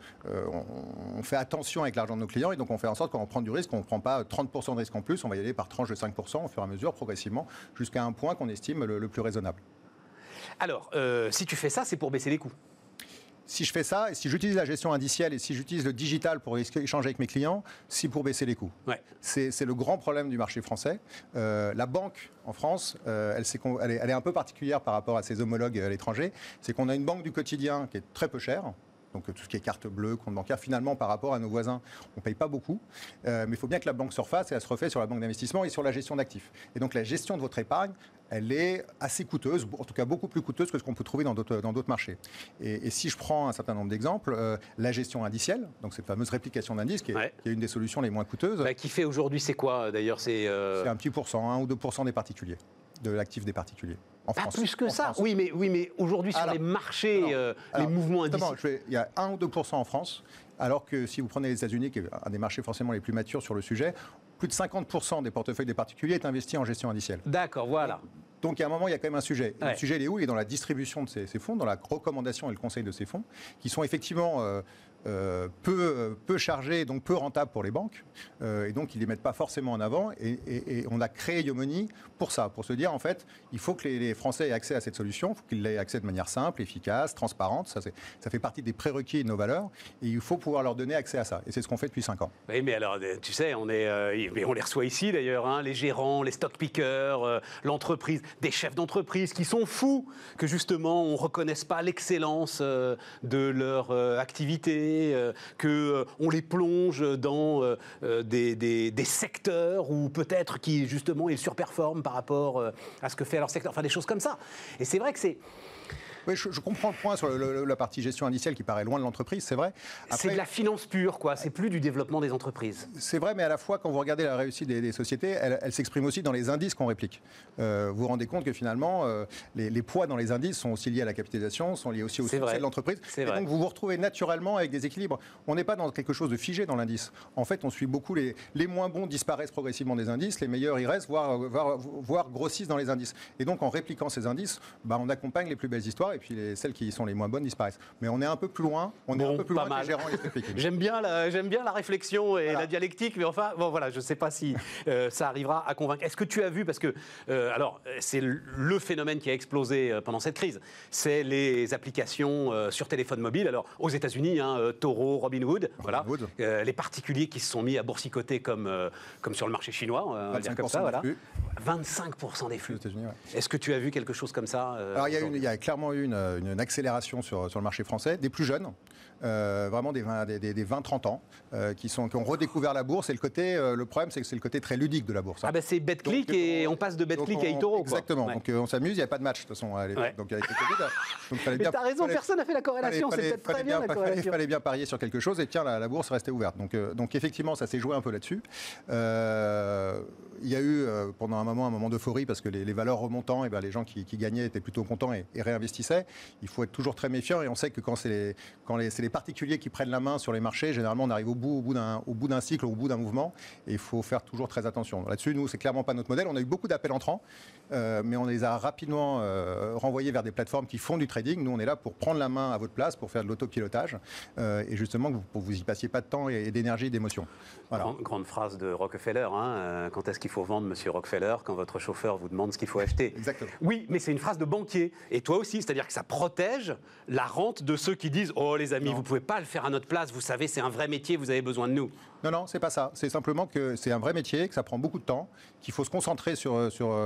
qu'on fait attention avec l'argent de nos clients et donc on fait en sorte qu'on prend du risque, on ne prend pas 30% de risque en plus, on va y aller par tranche de 5% au fur et à mesure, progressivement, jusqu'à un point qu'on estime le plus raisonnable. Alors, si tu fais ça, c'est pour baisser les coûts. Si je fais ça, et si j'utilise la gestion indicielle et si j'utilise le digital pour échanger avec mes clients, c'est pour baisser les coûts. Ouais. C'est le grand problème du marché français. La banque en France, elle est un peu particulière par rapport à ses homologues à l'étranger. C'est qu'on a une banque du quotidien qui est très peu chère. Donc tout ce qui est carte bleue, compte bancaire, finalement par rapport à nos voisins, on ne paye pas beaucoup. Mais il faut bien que la banque se refasse et elle se refait sur la banque d'investissement et sur la gestion d'actifs. Et donc la gestion de votre épargne, elle est assez coûteuse, en tout cas beaucoup plus coûteuse que ce qu'on peut trouver dans d'autres marchés. Et si je prends un certain nombre d'exemples, la gestion indicielle, donc cette fameuse réplication d'indice, qui est une des solutions les moins coûteuses. Qui fait aujourd'hui, c'est quoi d'ailleurs C'est un petit pourcent, 1 ou 2% des particuliers, de l'actif des particuliers. Pas plus que ça. Oui, mais aujourd'hui, sur les marchés, les mouvements indiciels. Il y a 1 ou 2% en France, alors que si vous prenez les États-Unis, qui est un des marchés forcément les plus matures sur le sujet, plus de 50% des portefeuilles des particuliers est investi en gestion indicielle. D'accord, voilà. Donc, il y a un moment, il y a quand même un sujet. Ouais. Le sujet, il est où ? Il est dans la distribution de ces fonds, dans la recommandation et le conseil de ces fonds, qui sont effectivement peu chargés, donc peu rentables pour les banques. Et donc, ils ne les mettent pas forcément en avant. Et on a créé Yomoni pour ça, pour se dire, en fait, il faut que les Français aient accès à cette solution, il faut qu'ils aient accès de manière simple, efficace, transparente. Ça fait partie des prérequis de nos valeurs. Et il faut pouvoir leur donner accès à ça. Et c'est ce qu'on fait depuis 5 ans. Oui, mais alors, tu sais, on les reçoit ici, d'ailleurs, les gérants, les stock pickers, l'entreprise, des chefs d'entreprise qui sont fous que, justement, on ne reconnaisse pas l'excellence de leur activité, qu'on les plonge dans des secteurs où peut-être qui, justement, ils surperforment par rapport à ce que fait leur secteur. Enfin, des choses comme ça. Et c'est vrai que Oui, je comprends le point sur la partie gestion indicielle qui paraît loin de l'entreprise, c'est vrai. Après, c'est de la finance pure, quoi. C'est plus du développement des entreprises. C'est vrai, mais à la fois, quand vous regardez la réussite des sociétés, elle s'exprime aussi dans les indices qu'on réplique. Vous vous rendez compte que finalement, les poids dans les indices sont aussi liés à la capitalisation, sont liés aussi au succès de l'entreprise. Et donc, vous vous retrouvez naturellement avec des équilibres. On n'est pas dans quelque chose de figé dans l'indice. En fait, on suit beaucoup les moins bons disparaissent progressivement des indices, les meilleurs y restent, voire grossissent dans les indices. Et donc, en répliquant ces indices, on accompagne les plus belles histoires et puis celles qui sont les moins bonnes disparaissent. Mais on est un peu plus loin. On est un peu plus loin que les gérants et les répliques. J'aime bien la réflexion et la dialectique, mais enfin, voilà, je ne sais pas si ça arrivera à convaincre. Est-ce que tu as vu, parce que, alors, c'est le phénomène qui a explosé pendant cette crise, c'est les applications sur téléphone mobile. Alors, aux États-Unis, Toro, Robinhood, voilà, les particuliers qui se sont mis à boursicoter comme sur le marché chinois, on va dire comme ça, voilà. 25% des flux. Est-ce que tu as vu quelque chose comme ça Alors, il y a clairement eu une accélération sur le marché français, des plus jeunes, vraiment des 20-30 ans, qui ont redécouvert la bourse. Et le problème, c'est que c'est le côté très ludique de la bourse. C'est BetClick et on passe de BetClick à eToro. Exactement. Donc on s'amuse, il n'y a pas de match de toute façon. Donc avec le Covid. Mais tu as raison, personne n'a fait la corrélation. C'est peut-être très bien la corrélation. Il fallait bien parier sur quelque chose et tiens, la bourse restait ouverte. Donc effectivement, ça s'est joué un peu là-dessus. Il y a eu pendant un moment d'euphorie parce que les valeurs remontant, et les gens qui gagnaient étaient plutôt contents et réinvestissaient. Il faut être toujours très méfiant et on sait que quand c'est les particuliers qui prennent la main sur les marchés, généralement on arrive au bout d'un cycle, au bout d'un mouvement et il faut faire toujours très attention. Là-dessus, nous, c'est clairement pas notre modèle. On a eu beaucoup d'appels entrants, mais on les a rapidement renvoyés vers des plateformes qui font du trading. Nous, on est là pour prendre la main à votre place, pour faire de l'autopilotage et justement que vous y passiez pas de temps et d'énergie, d'émotion. Voilà. Grande phrase de Rockefeller. Quand est-ce qu'il faut vendre, monsieur Rockefeller, quand votre chauffeur vous demande ce qu'il faut acheter? Exactement. Oui, mais c'est une phrase de banquier. Et toi aussi, c'est-à-dire que ça protège la rente de ceux qui disent « Oh les amis, vous ne pouvez pas le faire à notre place, vous savez, c'est un vrai métier, vous avez besoin de nous ». Non, c'est pas ça. C'est simplement que c'est un vrai métier, que ça prend beaucoup de temps, qu'il faut se concentrer sur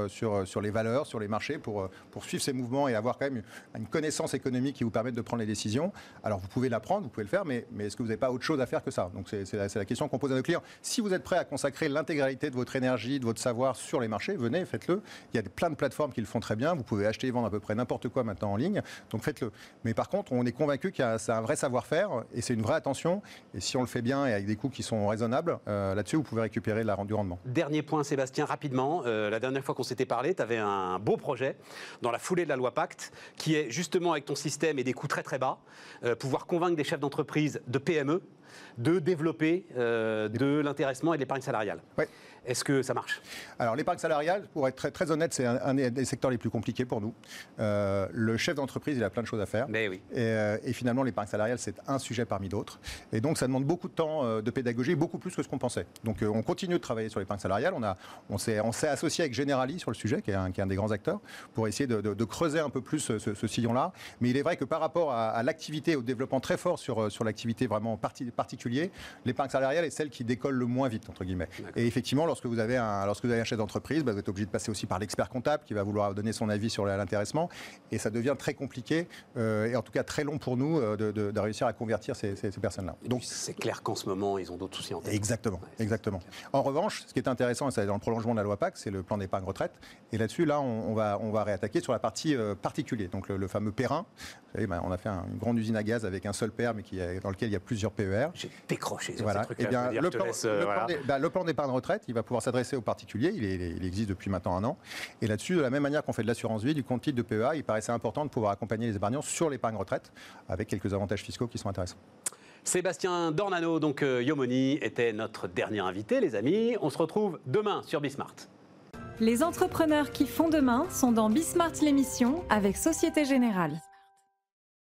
les valeurs, sur les marchés pour suivre ces mouvements et avoir quand même une connaissance économique qui vous permette de prendre les décisions. Alors vous pouvez l'apprendre, vous pouvez le faire, mais est-ce que vous n'avez pas autre chose à faire que ça? Donc c'est la question qu'on pose à nos clients. Si vous êtes prêt à consacrer l'intégralité de votre énergie, de votre savoir sur les marchés, venez, faites-le. Il y a plein de plateformes qui le font très bien. Vous pouvez acheter et vendre à peu près n'importe quoi maintenant en ligne. Donc faites-le. Mais par contre, on est convaincu que c'est un vrai savoir-faire et c'est une vraie attention. Et si on le fait bien et avec des coûts qui sont raisonnables, là-dessus, vous pouvez récupérer du rendement. Dernier point, Sébastien, rapidement. La dernière fois qu'on s'était parlé, tu avais un beau projet dans la foulée de la loi Pacte qui est justement avec ton système et des coûts très très bas, pouvoir convaincre des chefs d'entreprise de PME de développer de l'intéressement et de l'épargne salariale. Oui. Est-ce que ça marche? Alors l'épargne salariale, pour être très, très honnête, c'est un des secteurs les plus compliqués pour nous. Le chef d'entreprise, il a plein de choses à faire. Mais oui. Et finalement, l'épargne salariale, c'est un sujet parmi d'autres. Et donc ça demande beaucoup de temps de pédagogie, beaucoup plus que ce qu'on pensait. Donc on continue de travailler sur l'épargne salariale. On s'est associé avec Generali sur le sujet, qui est un des grands acteurs, pour essayer de creuser un peu plus ce sillon-là. Mais il est vrai que par rapport à l'activité, au développement très fort sur l'activité vraiment particulier, l'épargne salariale est celle qui décolle le moins vite, entre guillemets. Et effectivement, lorsque vous avez un chef d'entreprise, vous êtes obligé de passer aussi par l'expert comptable qui va vouloir donner son avis sur l'intéressement. Et ça devient très compliqué, et en tout cas très long pour nous de réussir à convertir ces personnes-là. Donc c'est clair qu'en ce moment, ils ont d'autres soucis en tête. Exactement. En revanche, ce qui est intéressant, et c'est dans le prolongement de la loi Pacte, c'est le plan d'épargne retraite. Et là-dessus, on va réattaquer sur la partie particulier, donc le fameux PER1. Vous savez, on a fait une grande usine à gaz avec un seul PER, mais dans lequel il y a plusieurs PER. J'ai décroché sur voilà. ce truc-là. Eh bien, le plan d'épargne retraite, il va pouvoir s'adresser aux particuliers. Il existe depuis maintenant 1 an. Et là-dessus, de la même manière qu'on fait de l'assurance vie, du compte titre de PEA, il paraissait important de pouvoir accompagner les épargnants sur l'épargne retraite, avec quelques avantages fiscaux qui sont intéressants. Sébastien Dornano, donc Yomoni, était notre dernier invité, les amis. On se retrouve demain sur Bismart. Les entrepreneurs qui font demain sont dans Bismart l'émission avec Société Générale.